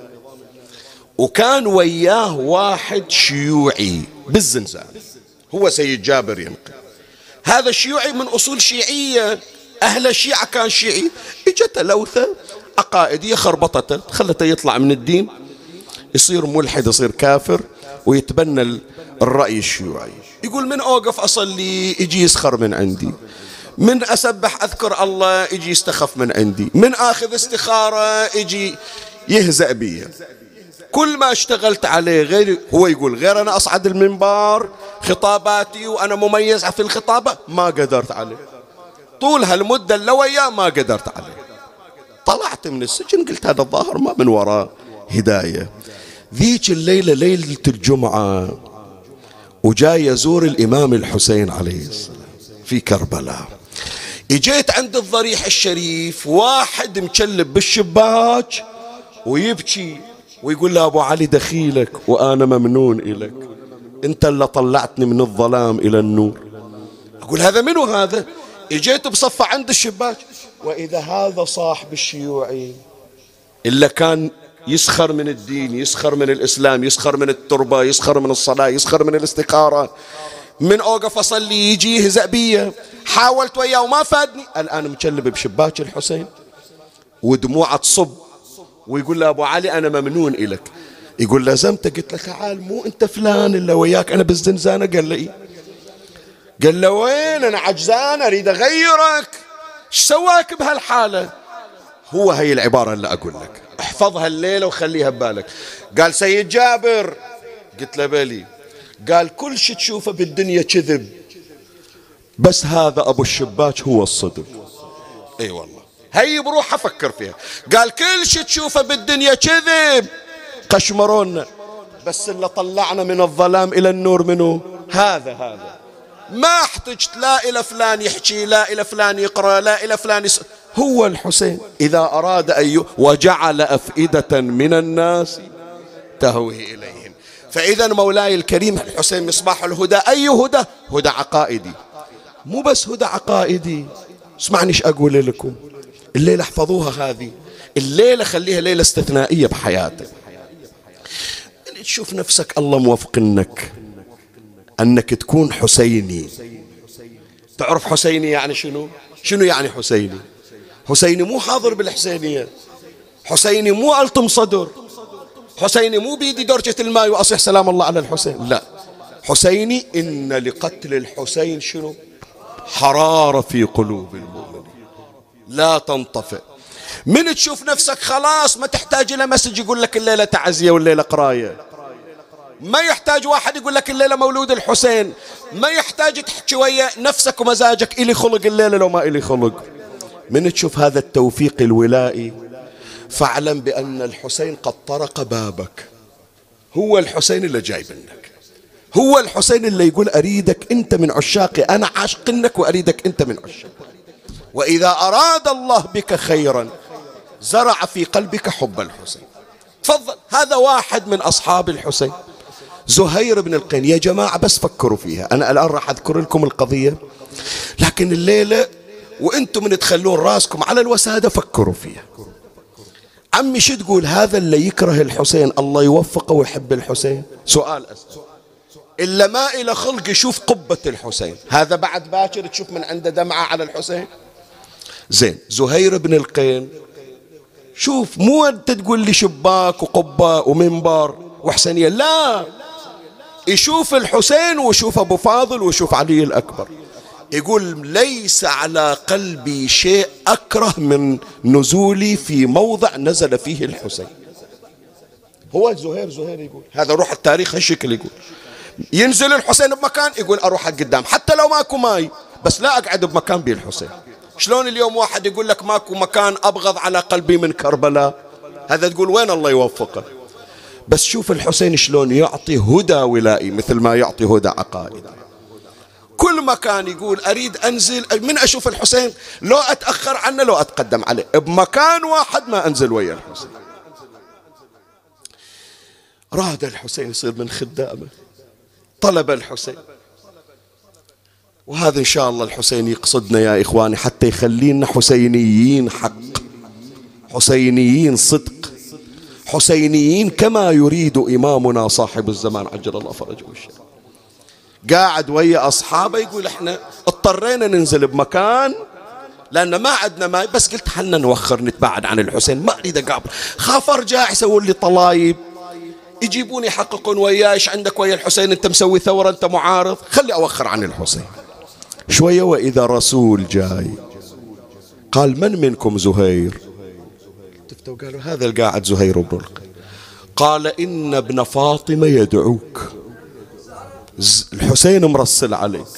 وكان وياه واحد شيوعي بالزنزانة. هو سيد جابر ينقل هذا الشيوعي من أصول شيعية، أهل الشيعة كان شيعي، إجته لوثة عقائدية خربطته خلته يطلع من الدين يصير ملحد يصير كافر ويتبنى الرأي الشيوعي. يقول من أوقف أصلي يجي يسخر من عندي، من أسبح أذكر الله يجي يستخف من عندي، من آخذ استخارة يجي يهزأ بي. كل ما اشتغلت عليه غير هو يقول غير أنا أصعد المنبر خطاباتي وأنا مميز في الخطابة ما قدرت عليه. طول هالمدة اللي وياه ما قدرت عليه. طلعت من السجن قلت هذا الظاهر ما من وراء هداية. ذيك الليلة ليلة الجمعة وجاي يزور الإمام الحسين عليه السلام في كربلاء. اجيت عند الضريح الشريف واحد مشلب بالشباك ويبكي ويقول له أبو علي دخيلك وأنا ممنون إلك، أنت اللي طلعتني من الظلام إلى النور. أقول هذا منو هذا؟ اجيت بصفة عند الشباك وإذا هذا صاحب الشيوعي إلا كان يسخر من الدين، يسخر من الإسلام، يسخر من التربة، يسخر من الصلاة، يسخر من الاستخارة. من أوقف أصلي يجي يهزأ بي. حاولت وياه وما فادني. الآن مشلب بشباك الحسين ودموعه تصب ويقول له أبو علي أنا ممنون إلك. يقول لازمت قلت له تعال مو أنت فلان اللي وياك أنا بالزنزانة؟ قال لي إيه؟ قال له وين أنا عجزان أريد أغيرك، ايش سواك بهالحالة؟ هو هي العبارة اللي أقول لك احفظها الليلة وخليها ببالك. قال سيد جابر، قلت له بلي. قال كل شيء تشوفه بالدنيا كذب بس هذا أبو الشباك هو الصدق. اي والله هي بروح أفكر فيها. قال كل شيء تشوفه بالدنيا كذب قشمرونا بس اللي طلعنا من الظلام إلى النور منه هذا هذا. ما احتجت لا إلى فلان يحكي، لا إلى فلان يقرأ، لا إلى فلان يس... هو الحسين إذا أراد أن وجعل أفئدة من الناس تهوي إليهم. فإذا مولاي الكريم الحسين مصباح الهدى. أي هدى؟ هدى عقائدي. مو بس هدى عقائدي، اسمعني ايش أقول لكم الليلة، احفظوها هذه الليلة، خليها ليلة استثنائية بحياتك. تشوف نفسك الله موفقنك أنك تكون حسيني. تعرف حسيني يعني شنو؟ شنو يعني حسيني؟ حسيني مو حاضر بالحسينية، حسيني مو ألطم صدر، حسيني مو بيدي درجة الماء وأصيح سلام الله على الحسين، لا. حسيني إن لقتل الحسين شنو؟ حرارة في قلوب المؤمنين لا تنطفئ. من تشوف نفسك خلاص ما تحتاج إلى مسج يقول لك الليلة تعزية والليلة قراية، ما يحتاج واحد يقول لك الليلة مولود الحسين، ما يحتاج تحكي ويا نفسك ومزاجك إلي خلق الليلة لو ما إلي خلق. من تشوف هذا التوفيق الولائي فاعلم بأن الحسين قد طرق بابك. هو الحسين اللي جاي منك، هو الحسين اللي يقول أريدك أنت من عشاقي، أنا عاشق لك وأريدك أنت من عشاقي. وإذا أراد الله بك خيرا زرع في قلبك حب الحسين. تفضل، هذا واحد من أصحاب الحسين، زهير بن القين. يا جماعة بس فكروا فيها، أنا الآن راح أذكر لكم القضية، لكن الليلة وأنتم من تخلون راسكم على الوسادة فكروا فيها. عمي شو تقول هذا اللي يكره الحسين الله يوفقه ويحب الحسين؟ سؤال أسأل. إلا ما إلى خلق يشوف قبة الحسين، هذا بعد باكر تشوف من عنده دمعة على الحسين. زين، زهير بن القين شوف، مو أنت تقول لي شباك وقبة ومنبر وحسينية، لا، يشوف الحسين ويشوف أبو فاضل ويشوف علي الأكبر. يقول ليس على قلبي شيء أكره من نزولي في موضع نزل فيه الحسين. هو زهير زهير يقول هذا، روح التاريخ هالشكل يقول ينزل الحسين بمكان يقول أروح قدام حتى لو ماكو ماي، بس لا أقعد بمكان بيه الحسين. شلون اليوم واحد يقول لك ماكو مكان أبغض على قلبي من كربلاء، هذا تقول وين الله يوفقه. بس شوف الحسين شلون يعطي هدى ولائي مثل ما يعطي هدى عقائدي. كل مكان يقول أريد أنزل من أشوف الحسين، لو أتأخر عنه لو أتقدم عليه، بمكان واحد ما أنزل ويا الحسين. راد الحسين يصير من خدامه، طلب الحسين، وهذا إن شاء الله الحسين يقصدنا يا إخواني حتى يخلينا حسينيين حق، حسينيين صدق، حسينيين كما يريد إمامنا صاحب الزمان عجل الله فرجه الشريف. قاعد ويا أصحابه يقول إحنا اضطرينا ننزل بمكان لأن ما عندنا ماء، بس قلت حنا نوخر نتباعد عن الحسين، ما أريد أقابل، خاف أرجع يسوون لي طلايب، يجيبوني يحققون وياه إيش عندك ويا الحسين، أنت مسوي ثورة، أنت معارض، خلي أوخر عن الحسين شوية. وإذا رسول جاي قال من منكم زهير؟ تفتوا قالوا هذا القاعد زهير بن القين. قال إن ابن فاطمة يدعوك، الحسين مرسل عليك،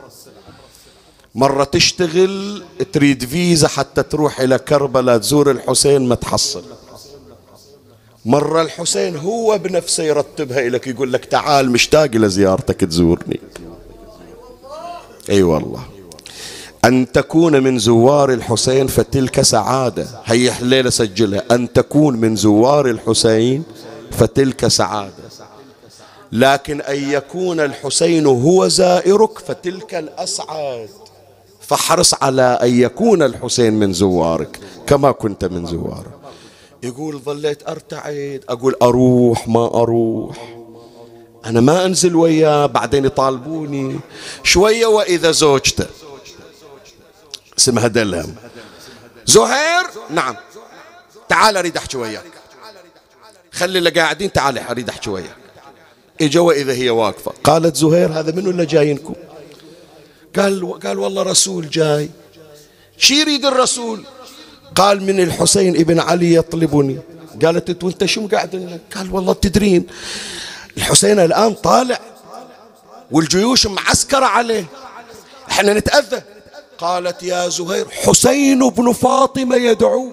مرة تشتغل تريد فيزا حتى تروح إلى كربلاء تزور الحسين ما تحصل، مرة الحسين هو بنفسه يرتبها لك يقول لك تعال مشتاق إلى زيارتك تزورني. أي أيوة والله، أن تكون من زوار الحسين فتلك سعادة. هي حليلة سجلها، أن تكون من زوار الحسين فتلك سعادة، لكن أن يكون الحسين هو زائرك فتلك الأسعاد. فاحرص على أن يكون الحسين من زوارك كما كنت من زواره. يقول ظليت أرتعد، أقول أروح ما أروح، أنا ما أنزل وياه، بعدين يطالبوني شوية. وإذا زوجته اسمها دلهم، زهير نعم تعال أريد أحكي وياك، خلي اللي قاعدين تعال أريد أحكي وياك. إجا وإذا هي واقفة، قالت زهير هذا منو اللي جايينكم؟ قال قال والله رسول جاي. شي يريد الرسول؟ قال من الحسين ابن علي يطلبني. قالت وانت شو قاعد لنا؟ قال والله تدرين الحسين الآن طالع والجيوش معسكرة عليه، احنا نتأذى. قالت يا زهير حسين بن فاطمة يدعو،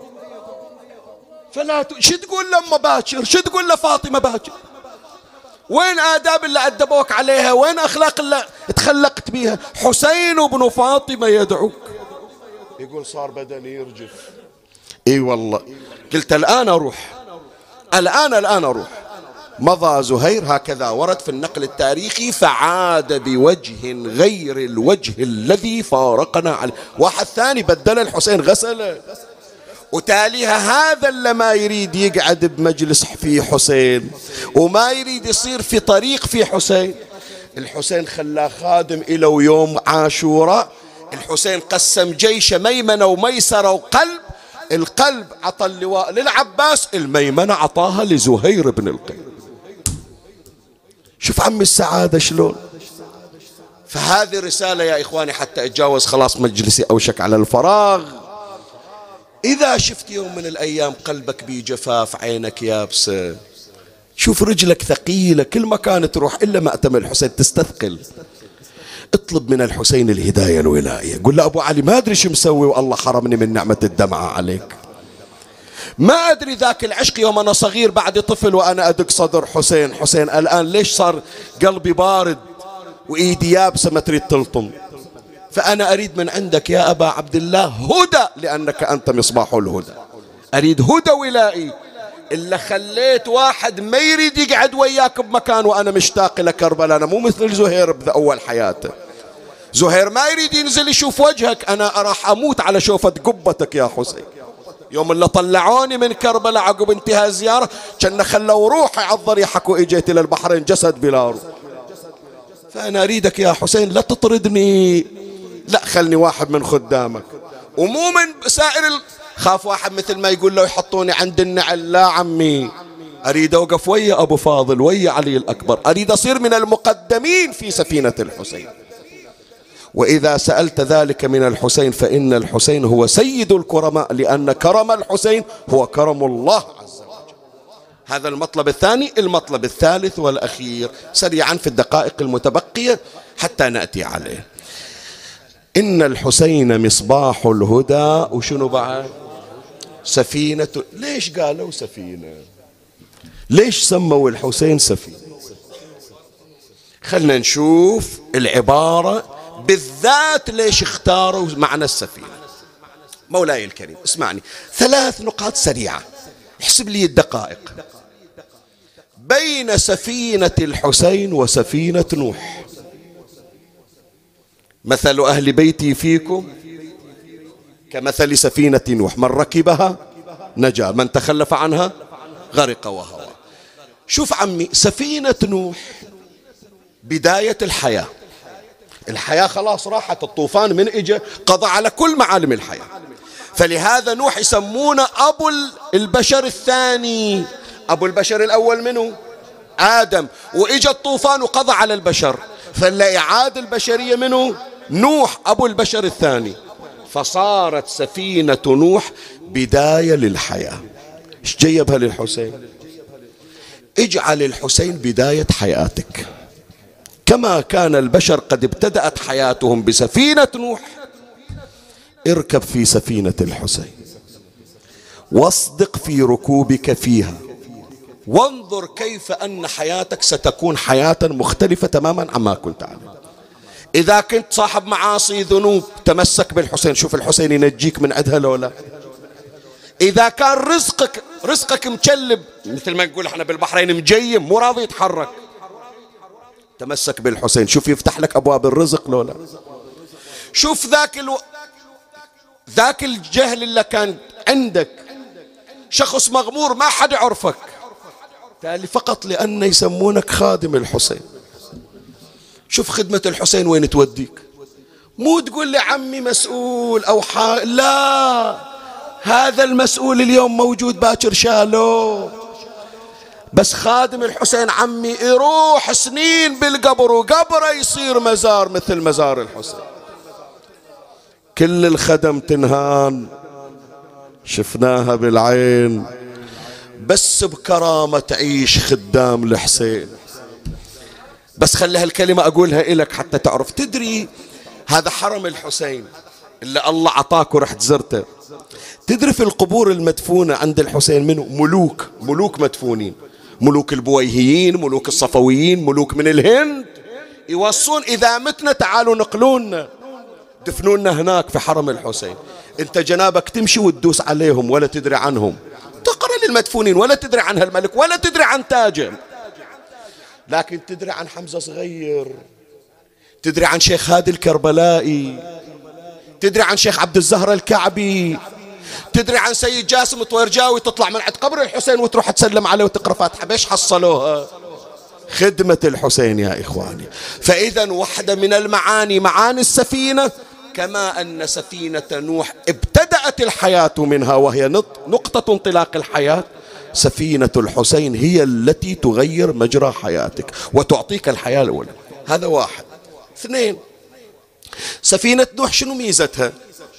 فلا ت... شو تقول لما باكر، شو تقول لفاطمة باكر؟ وين آداب اللي أدبوك عليها؟ وين أخلاق اللي تخلقت بيها؟ حسين بن فاطمة يدعوك. يقول صار بدني يرجف. اي والله، قلت الآن أروح، الآن الآن أروح. مضى زهير هكذا ورد في النقل التاريخي، فعاد بوجه غير الوجه الذي فارقنا عليه. واحد ثاني بدل الحسين غسله، وتاليها هذا اللي ما يريد يقعد بمجلس في حسين وما يريد يصير في طريق في حسين، الحسين خلاه خادم إلى يوم عاشوراء. الحسين قسم جيش ميمنة وميسرة وقلب، القلب عطى اللواء للعباس، الميمنة عطاها لزهير بن القين. شوف عم السعادة شلون. فهذه رسالة يا إخواني حتى أتجاوز، خلاص مجلسي أوشك على الفراغ. إذا شفت يوم من الأيام قلبك بيه جفاف، عينك يابسة، شوف رجلك ثقيلة، كل مكان تروح إلا مأتم الحسين تستثقل، اطلب من الحسين الهداية الولائية. قل له أبو علي ما أدري شو مسوي والله حرمني من نعمة الدمعة عليك، ما أدري ذاك العشق يوم أنا صغير بعد طفل وأنا أدق صدر حسين حسين، الآن ليش صار قلبي بارد وإيدي يابسة ما تريد تلطم. فأنا أريد من عندك يا أبا عبد الله هدى، لأنك أنت مصباح الهدى. أريد هدى ولائي، إلا خليت واحد ما يريد يقعد وياك بمكان وأنا مشتاق لكربلاء. أنا مو مثل زهير بأول حياته، زهير ما يريد ينزل يشوف وجهك، أنا راح أموت على شوفة قبتك يا حسين. يوم اللي طلعوني من كربلاء عقب انتهاء الزيارة كان خلوا روحي على الضريحك وإجيت إلى البحرين جسد بلا روح. فأنا أريدك يا حسين لا تطردني، لا خلني واحد من خدامك ومو من سائر ال... خاف واحد مثل ما يقول له يحطوني عند النعل. لا عمي، أريد أوقف ويا أبو فاضل ويا علي الأكبر، أريد أصير من المقدمين في سفينة الحسين. وإذا سألت ذلك من الحسين فإن الحسين هو سيد الكرماء، لأن كرم الحسين هو كرم الله عز وجل. هذا المطلب الثاني. المطلب الثالث والأخير سريعا في الدقائق المتبقية حتى نأتي عليه. إن الحسين مصباح الهدى، وشنو بعد؟ سفينة. ليش قالوا سفينة؟ ليش سموا الحسين سفينة؟ خلنا نشوف العبارة بالذات ليش اختاروا معنى السفينة. مولاي الكريم اسمعني، ثلاث نقاط سريعة، احسب لي الدقائق. بين سفينة الحسين وسفينة نوح، مثل أهل بيتي فيكم كمثل سفينة نوح، من ركبها نجا، من تخلف عنها غرق وهوى. شوف عمي، سفينة نوح بداية الحياة، الحياة خلاص راحت، الطوفان من إجا قضى على كل معالم الحياة، فلهذا نوح يسمونه أبو البشر الثاني. أبو البشر الأول منه آدم، وإجا الطوفان وقضى على البشر، فاللي إعادة البشرية منه نوح أبو البشر الثاني. فصارت سفينة نوح بداية للحياة. ايش جيبها للحسين؟ اجعل الحسين بداية حياتك، كما كان البشر قد ابتدأت حياتهم بسفينة نوح، اركب في سفينة الحسين واصدق في ركوبك فيها، وانظر كيف أن حياتك ستكون حياة مختلفة تماما عما كنت عليه. إذا كنت صاحب معاصي ذنوب تمسك بالحسين، شوف الحسين ينجيك من عندها لولا. إذا كان رزقك رزقك مكلب مثل ما نقول احنا بالبحرين مجيم مو راضي يتحرك، تمسك بالحسين، شوف يفتح لك أبواب الرزق لولا. شوف ذاك الو... ذاك الجهل اللي كان عندك، شخص مغمور ما حد عرفك، تالي فقط لأن يسمونك خادم الحسين. شوف خدمة الحسين وين توديك، مو تقول لي عمي مسؤول أو حا... لا، هذا المسؤول اليوم موجود باكر شالوه، بس خادم الحسين عمي يروح سنين بالقبر وقبره يصير مزار مثل مزار الحسين. كل الخدم تنهان شفناها بالعين، بس بكرامة تعيش خدام الحسين. بس خلي هالكلمة أقولها إلك حتى تعرف. تدري هذا حرم الحسين اللي الله عطاك ورحت زرته، تدري في القبور المدفونة عند الحسين منه ملوك، ملوك مدفونين، ملوك البويهيين، ملوك الصفويين، ملوك من الهند، يوصون إذا متنا تعالوا نقلونا دفنونا هناك في حرم الحسين. انت جنابك تمشي وتدوس عليهم ولا تدري عنهم، تقرأ للمدفونين ولا تدري عن هالملك ولا تدري عن تاجه، لكن تدري عن حمزة صغير، تدري عن شيخ هادي الكربلائي، تدري عن شيخ عبد الزهر الكعبي، تدري عن سيد جاسم طويرجاوي، تطلع من عند قبر الحسين وتروح تسلم عليه وتقرأ فاتحة. بيش حصلوها؟ خدمة الحسين يا إخواني. فإذا واحدة من المعاني، معاني السفينة، كما أن سفينة نوح ابتدأت الحياة منها وهي نقطة انطلاق الحياة، سفينة الحسين هي التي تغير مجرى حياتك وتعطيك الحياة الأولى. هذا واحد. اثنين، سفينة نوح شنو ميزتها؟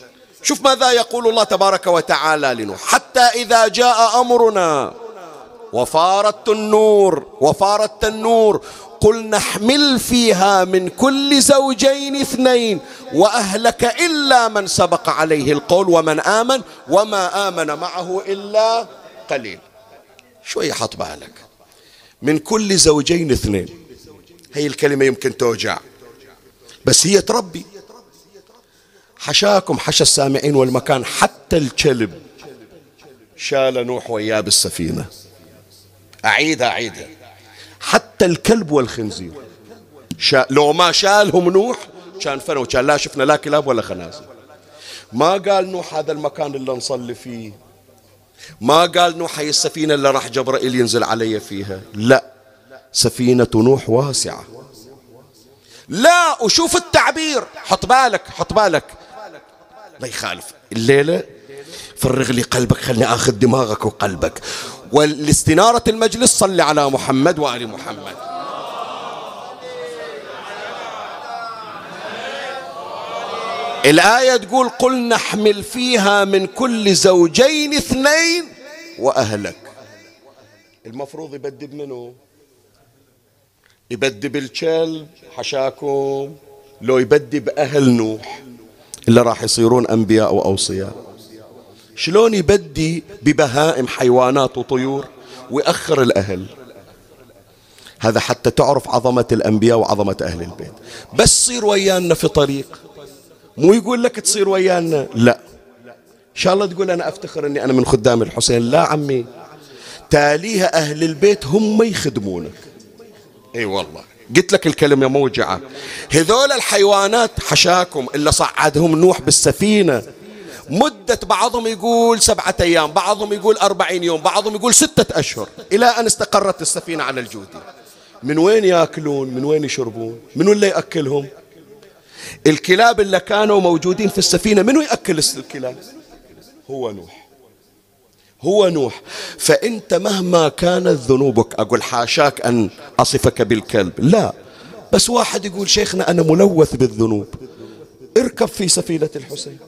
شوف ماذا يقول الله تبارك وتعالى لنوح: حتى إذا جاء أمرنا وفار التنور وفار التنور قل نحمل فيها من كل زوجين اثنين وأهلك إلا من سبق عليه القول ومن آمن وما آمن معه إلا قليل. شوي حط بالك، من كل زوجين اثنين، هي الكلمة يمكن توجع بس هي تربي. حشاكم حشا السامعين والمكان، حتى الكلب شال نوح وياه بالسفينة. أعيدها أعيدها حتى الكلب والخنزير شا... لو ما شالهم نوح كان فنوا، كان لا شفنا لا كلاب ولا خنازير. ما قال نوح هذا المكان اللي نصلي فيه، ما قال نوح هي السفينة اللي راح جبرائيل ينزل علي فيها، لا، سفينة نوح واسعة. لا، وشوف التعبير، حط بالك حط بالك لا يخالف الليلة، فرغ لي قلبك، خلني آخذ دماغك وقلبك. والاستنارة المجلس صلي على محمد وآل محمد. الآية تقول قل نحمل فيها من كل زوجين اثنين وأهلك. المفروض يبدي بمنو؟ يبدي بالكلب حشاكم، لو يبدي بأهل نوح اللي راح يصيرون أنبياء وأوصياء. شلون يبدي ببهائم حيوانات وطيور ويأخر الأهل؟ هذا حتى تعرف عظمة الأنبياء وعظمة أهل البيت. بس صير ويانا في طريق، مو يقول لك تصير ويانا، لا، إن شاء الله تقول أنا أفتخر أني أنا من خدام الحسين، لا عمي، تاليها أهل البيت هم يخدمونك. اي والله قلت لك الكلمة موجعة. هذول الحيوانات حشاكم اللي صعدهم نوح بالسفينة، مدة بعضهم يقول سبعة أيام، بعضهم يقول أربعين يوم، بعضهم يقول ستة أشهر، إلى أن استقرت السفينة على الجودي. من وين يأكلون؟ من وين يشربون؟ من اللي يأكلهم؟ الكلاب اللي كانوا موجودين في السفينة منو يأكل الكلاب؟ هو نوح، هو نوح. فأنت مهما كانت ذنوبك، أقول حاشاك أن أصفك بالكلب، لا، بس واحد يقول شيخنا أنا ملوث بالذنوب، اركب في سفينة الحسين،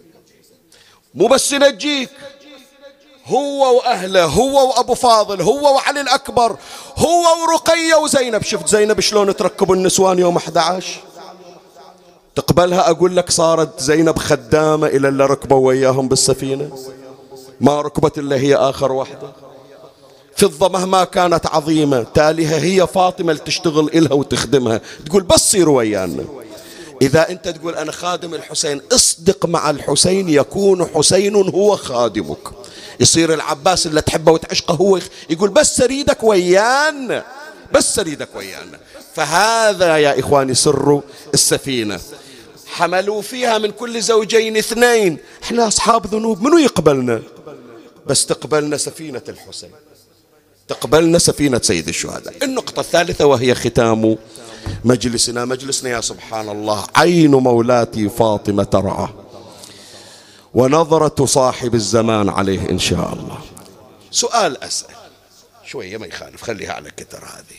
مو بس ينجيك، هو وأهله، هو وأبو فاضل، هو وعلي الأكبر، هو ورقية وزينب. شفت زينب شلون تركب النسوان يوم أحد عشر؟ تقبلها؟ أقول لك صارت زينب خدامة إلى اللي ركبوا وياهم بالسفينة، ما ركبت إلا هي آخر واحدة. فضة مهما كانت عظيمة تاليها هي فاطمة اللي تشتغل إلها وتخدمها، تقول بس صير ويانا. إذا أنت تقول أنا خادم الحسين، اصدق مع الحسين يكون حسين هو خادمك. يصير العباس اللي تحبه وتعشقه هو يقول بس أريدك ويانا، بس أريدك ويانا. فهذا يا إخواني سر السفينة. حملوا فيها من كل زوجين اثنين. احنا أصحاب ذنوب، منو يقبلنا؟ بس تقبلنا سفينة الحسين، تقبلنا سفينة سيد الشهداء. النقطة الثالثة وهي ختام مجلسنا، مجلسنا يا سبحان الله عين مولاتي فاطمة ترعى ونظرة صاحب الزمان عليه إن شاء الله. سؤال أسأل شوية ما يخالف، خليها على كتر هذه.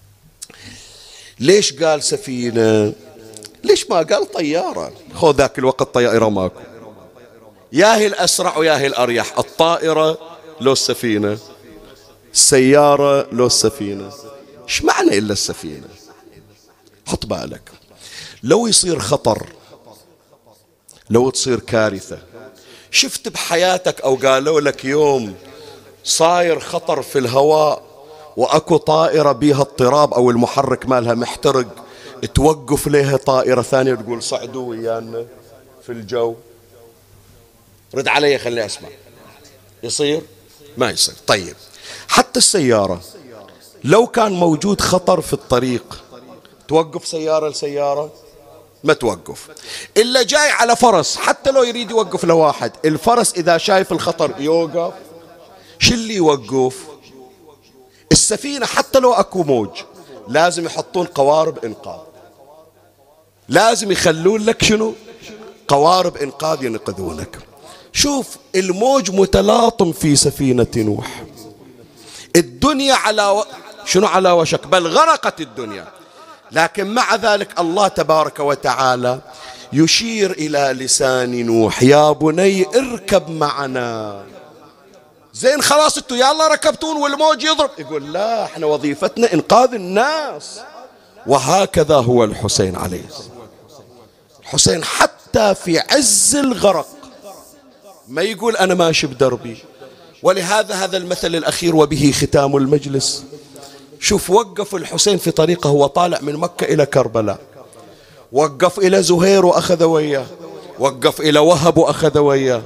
ليش قال سفينة؟ ليش ما قال طيارة؟ خذ ذاك الوقت طيارة ماكو، ياهي الأسرع وياهي الأريح، الطائرة لو السفينة، السيارة لو السفينة، ايش معنى إلا السفينة؟ حط بالك لو يصير خطر، لو تصير كارثة، شفت بحياتك أو قالوا لك يوم صاير خطر في الهواء وأكو طائرة بيها اضطراب أو المحرك مالها محترق، توقف لها طائرة ثانية تقول صعدوا ويانا في الجو؟ رد علي خليني أسمع. يصير؟ ما يصير. طيب حتى السيارة لو كان موجود خطر في الطريق توقف سيارة لسيارة؟ ما توقف. إلا جاي على فرس حتى لو يريد يوقف لواحد، الفرس إذا شايف الخطر يوقف. شو اللي يوقف؟ السفينة حتى لو أكو موج لازم يحطون قوارب إنقاذ، لازم يخلون لك شنو؟ قوارب إنقاذ ينقذونك. شوف الموج متلاطم في سفينة نوح، الدنيا على و... شنو على وشك، بل غرقت الدنيا، لكن مع ذلك الله تبارك وتعالى يشير إلى لسان نوح يا بني اركب معنا. زين خلاص انتوا يلا ركبتون والموج يضرب. يقول لا، احنا وظيفتنا انقاذ الناس. وهكذا هو الحسين عليه السلام. الحسين حتى في عز الغرق ما يقول أنا ماشي بدربي. ولهذا هذا المثل الأخير وبه ختام المجلس. شوف، وقف الحسين في طريقه، هو طالع من مكة إلى كربلاء، وقف إلى زهير وأخذ وياه، وقف إلى وهب وأخذ وياه،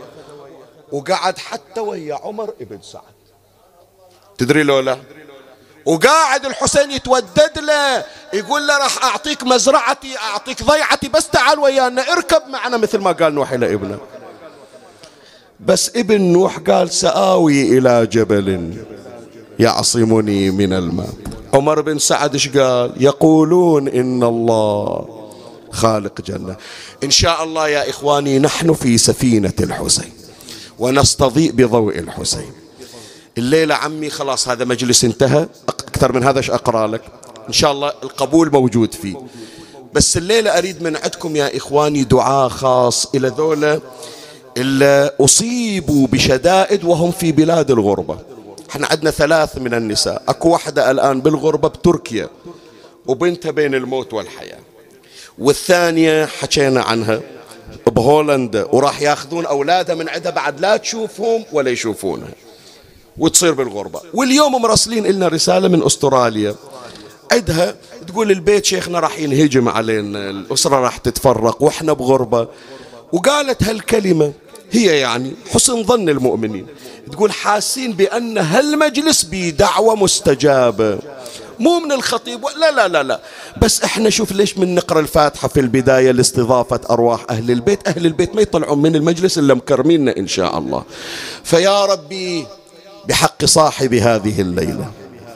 وقعد حتى ويا عمر ابن سعد. تدري لو لا؟ وقاعد الحسين يتودد له، يقول له راح أعطيك مزرعتي، أعطيك ضيعتي، بس تعال ويانا اركب معنا، مثل ما قال نوح إلى ابنه. بس ابن نوح قال سآوي إلى جبل يعصمني من الماء. عمر بن سعد ايش قال؟ يقولون إن الله خالق جنة. إن شاء الله يا إخواني نحن في سفينة الحسين ونستضيء بضوء الحسين. الليلة عمي خلاص هذا مجلس انتهى، أكثر من هذا ايش أقرأ لك؟ إن شاء الله القبول موجود فيه. بس الليلة أريد من عندكم يا إخواني دعاء خاص إلى ذولا اللي أصيبوا بشدائد وهم في بلاد الغربة. احنا عندنا ثلاث من النساء، أكو واحدة الآن بالغربة بتركيا وبنتها بين الموت والحياة، والثانية حكينا عنها بهولندا وراح ياخذون أولادها من عندها بعد لا تشوفهم ولا يشوفونها وتصير بالغربة. واليوم مرسلين لنا رسالة من أستراليا عندها تقول البيت شيخنا راح ينهجم علينا، الأسرة راح تتفرق وإحنا بغربة. وقالت هالكلمة هي يعني حسن ظن المؤمنين، تقول حاسين بأن هالمجلس بدعوة مستجابة، مو من الخطيب لا لا لا لا، بس احنا شوف ليش من نقرأ الفاتحة في البداية لاستضافة أرواح أهل البيت. أهل البيت ما يطلعون من المجلس إلا مكرميننا إن شاء الله. فيا ربي بحق صاحب هذه الليلة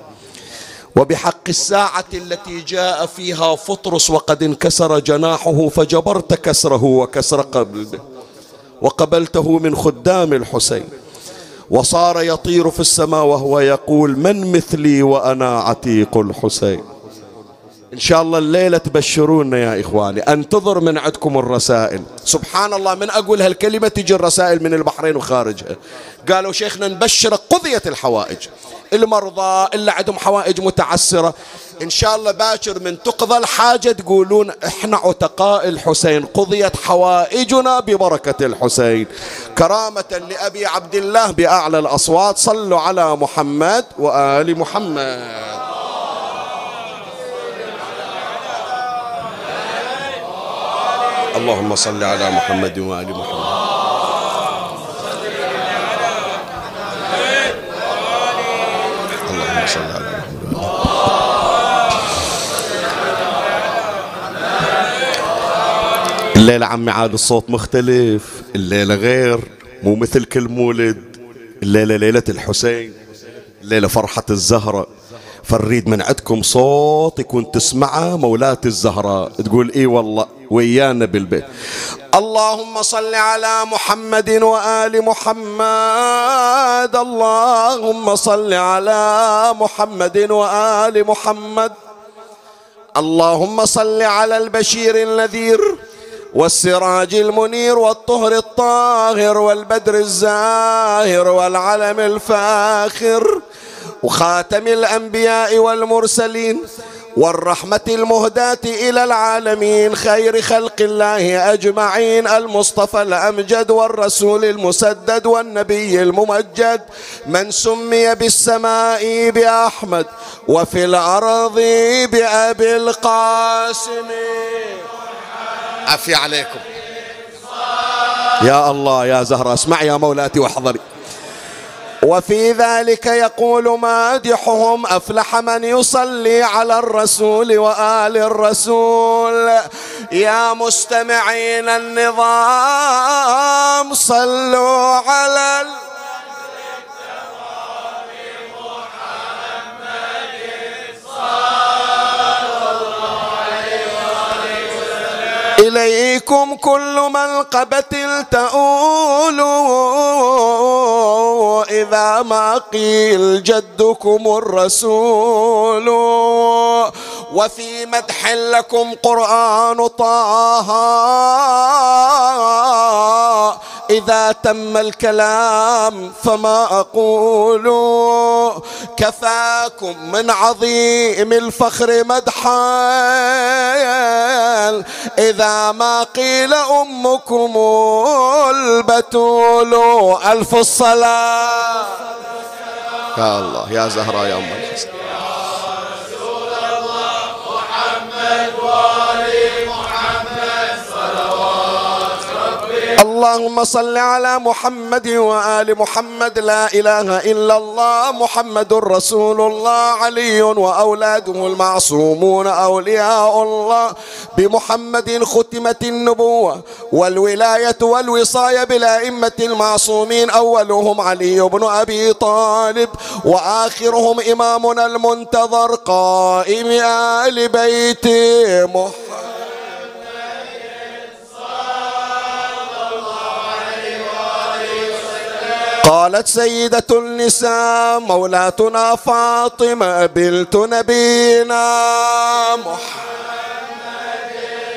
وبحق الساعة التي جاء فيها فطرس وقد انكسر جناحه فجبرت كسره وكسر قبله وقبلته من خدام الحسين وصار يطير في السماء وهو يقول من مثلي وأنا عتيق الحسين. إن شاء الله الليلة تبشرونا يا إخواني، أنتظر من عندكم الرسائل. سبحان الله من أقول هالكلمة تجي الرسائل من البحرين وخارجها، قالوا شيخنا نبشرك قضية الحوائج، المرضى اللي عندهم حوائج متعسرة إن شاء الله باكر من تقضى الحاجة تقولون إحنا عتقاء الحسين قضيت حوائجنا ببركة الحسين. كرامة لأبي عبد الله بأعلى الأصوات، صلوا على محمد وآل محمد. اللهم صل على محمد وآل محمد. اللهم صل على محمد. الليلة عمي عاد الصوت مختلف، الليلة غير، مو مثل كل مولد. الليلة ليلة الحسين، الليلة فرحة الزهرة. فنريد من عندكم صوت يكون تسمعه مولاة الزهراء تقول اي والله ويانا بالبيت. اللهم صل على محمد وآل محمد. اللهم صل على محمد وآل محمد. اللهم صل على البشير النذير والسراج المنير والطهر الطاهر والبدر الزاهر والعلم الفاخر وخاتم الأنبياء والمرسلين والرحمة المهداة إلى العالمين خير خلق الله أجمعين المصطفى الأمجد والرسول المسدد والنبي الممجد من سمي بالسماء بأحمد وفي الأرض بأبي القاسم. عفي عليكم يا الله يا زهرة، اسمع يا مولاتي واحضري. وفي ذلك يقول مادحهم أفلح من يصلي على الرسول وآل الرسول. يا مستمعين النظام صلوا على إليكم كل منقبة تؤول إذا ما قيل جدكم الرسول. وفي مدح لكم قرآن طه إذا تم الكلام فما أقول، كفاكم من عظيم الفخر مدحا إذا ما قيل أمكم البتول. ألف الصلاة يا الله يا زهراء يا أم الحسن. اللهم صل على محمد وآل محمد. لا إله إلا الله محمد رسول الله. علي وأولاده المعصومون أولياء الله. بمحمد ختمت النبوة والولاية والوصاية بالأئمة المعصومين، أولهم علي بن أبي طالب وآخرهم إمامنا المنتظر قائم آل بيت محمد. قالت سيدة النساء مولاتنا فاطمة بنت نبينا محمد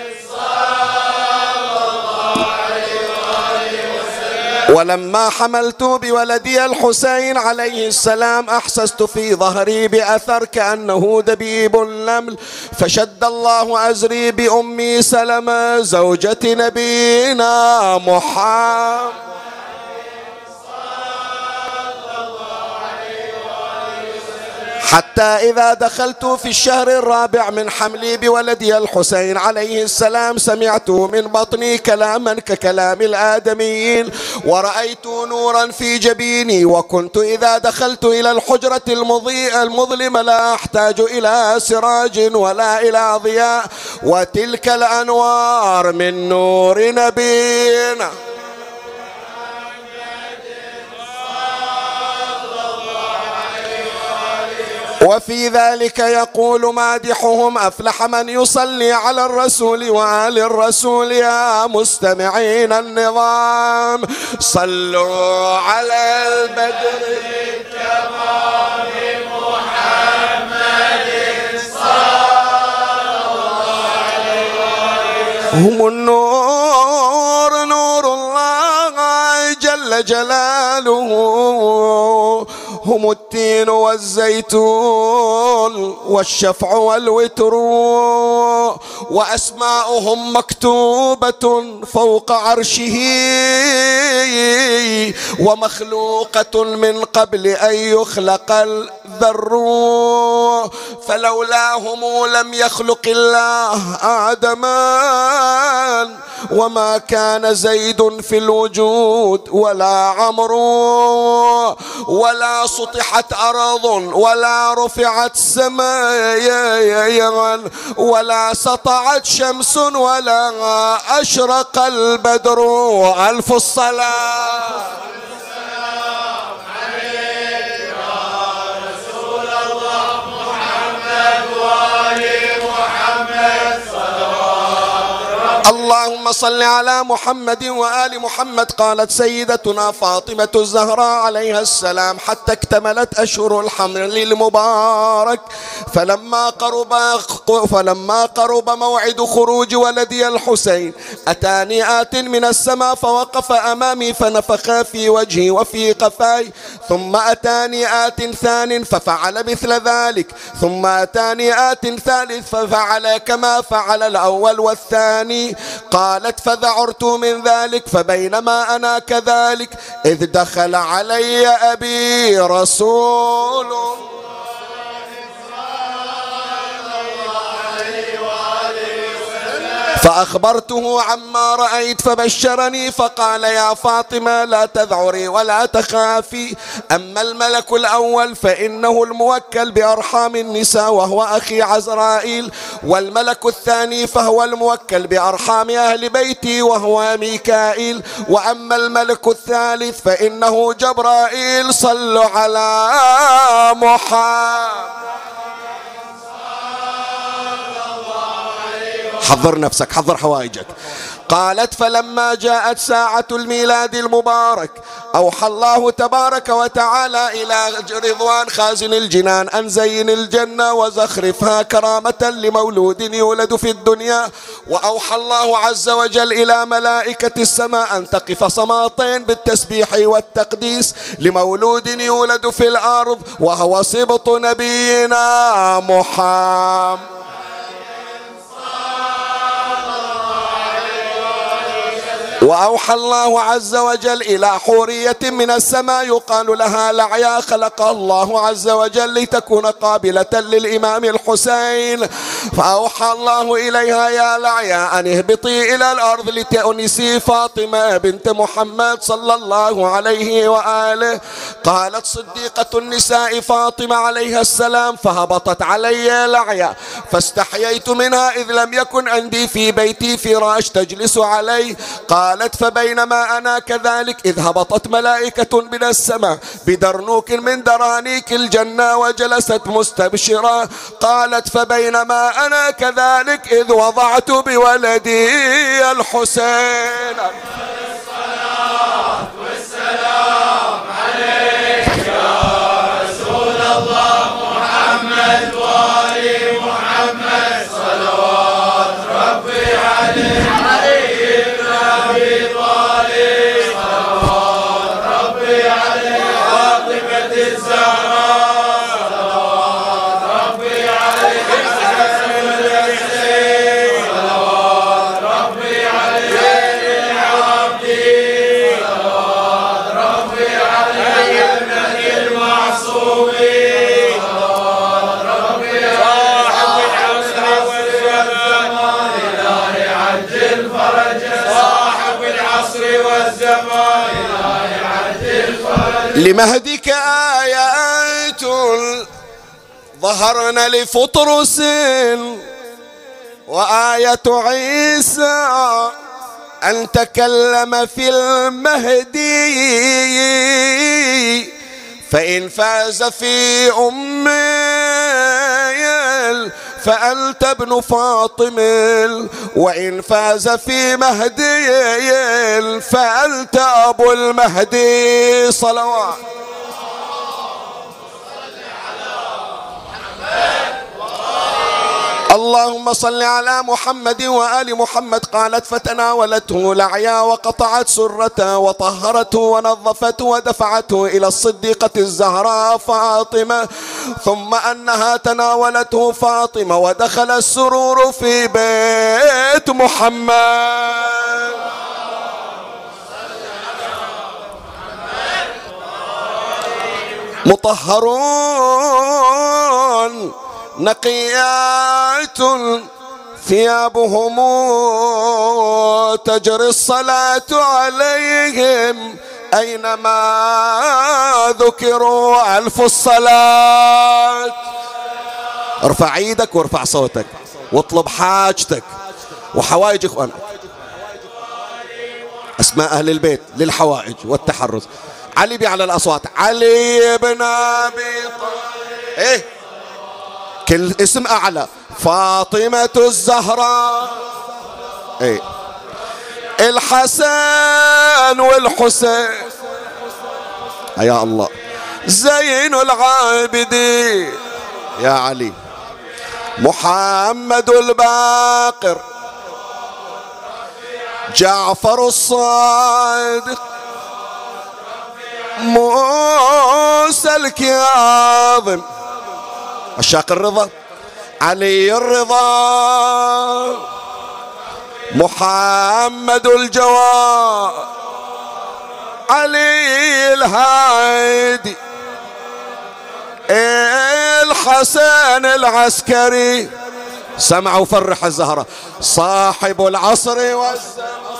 صلى الله عليه وسلم. ولما حملت بولدي الحسين عليه السلام أحسست في ظهري بأثر كأنه دبيب النمل، فشد الله أزري بأمي سلمة زوجة نبينا محمد حتى إذا دخلت في الشهر الرابع من حملي بولدي الحسين عليه السلام سمعت من بطني كلاما ككلام الآدميين، ورأيت نورا في جبيني، وكنت إذا دخلت إلى الحجرة المضيئة المظلمة لا أحتاج إلى سراج ولا إلى ضياء، وتلك الأنوار من نور نبينا. وفي ذلك يقول مادحهم أفلح من يصلي على الرسول وآل الرسول. يا مستمعين النظام صلوا على البدر التمام محمد صلى الله عليه وسلم. هم النور نور الله جل جلاله، هم التين والزيتون والشفع والوتر، وأسماؤهم مكتوبة فوق عرشه ومخلوقة من قبل أن يخلق الذر، فلولاهم لم يخلق الله آدما، وما كان زيد في الوجود ولا عمرو، ولا سطحت أرض ولا رفعت سماء ولا سطعت شمس ولا أشرق البدر. ألف الصلاة اللهم صل على محمد وآل محمد. قالت سيدتنا فاطمة الزهراء عليها السلام حتى اكتملت أشهر الحمل المبارك، فلما قرب فلما قرب موعد خروج ولدي الحسين أتاني آت من السماء فوقف أمامي فنفخ في وجهي وفي قفاي، ثم أتاني آت ثان ففعل مثل ذلك، ثم أتاني آت ثالث ففعل كما فعل الأول والثاني. قالت فذعرت من ذلك، فبينما أنا كذلك إذ دخل علي أبي رسول فأخبرته عما رأيت فبشرني فقال يا فاطمة لا تذعري ولا تخافي، أما الملك الأول فإنه الموكل بأرحام النساء وهو أخي عزرائيل، والملك الثاني فهو الموكل بأرحام أهل بيتي وهو ميكائيل، وأما الملك الثالث فإنه جبرائيل. صلوا على محمد. حضر نفسك، حضر حوائجك. قالت فلما جاءت ساعة الميلاد المبارك أوحى الله تبارك وتعالى إلى رضوان خازن الجنان أن زين الجنة وزخرفها كرامة لمولود يولد في الدنيا. وأوحى الله عز وجل إلى ملائكة السماء أن تقف صماطين بالتسبيح والتقديس لمولود يولد في الأرض وهو سبط نبينا محمد. وأوحى الله عز وجل إلى حورية من السماء يقال لها لعيا خلقها الله عز وجل لتكون قابلة للإمام الحسين، فأوحى الله إليها يا لعيا أن اهبطي إلى الأرض لتأنسي فاطمة بنت محمد صلى الله عليه وآله. قالت صديقة النساء فاطمة عليها السلام فهبطت علي لعيا فاستحييت منها إذ لم يكن عندي في بيتي فراش تجلس عليه. قالت فبينما أنا كذلك إذ هبطت ملائكة من السماء بدرنوك من درانيك الجنة وجلست مستبشرة. قالت فبينما أنا كذلك إذ وضعت بولدي الحسين. الصلاة والسلام عليك يا رسول الله محمد وآل محمد صلوات ربي عليك. لمهدك آيات ظهرن لفطرس وآية عيسى أن تكلم في المهدي فإن فاز في أمي فأنت ابن فاطم وإن فاز في مهدي فأنت أبو المهدي. صلوات اللهم صل على محمد وآل محمد. قالت فتناولته لعيا وقطعت سرته وطهرته ونظفته ودفعته إلى الصديقة الزهراء فاطمة ثم أنها تناولته فاطمة ودخل السرور في بيت محمد. مطهرون نقيات ثيابهم تجري الصلاة عليهم أينما ذكروا ألف الصلاة. ارفع ايدك وارفع صوتك واطلب حاجتك وحوائج اخوانك. اسماء اهل البيت للحوائج والتحرز. علي بي على الاصوات. علي بن ابي طالب. ايه كل اسم اعلى. فاطمة الزهراء. ايه الحسن والحسين. يا الله. زين العابدين. يا علي. محمد الباقر. جعفر الصادق. موسى الكاظم. عشاق الرضا. علي الرضا. محمد الجواد. علي الهادي. الحسن العسكري. سمع وفرح الزهرة. صاحب العصر والزمان.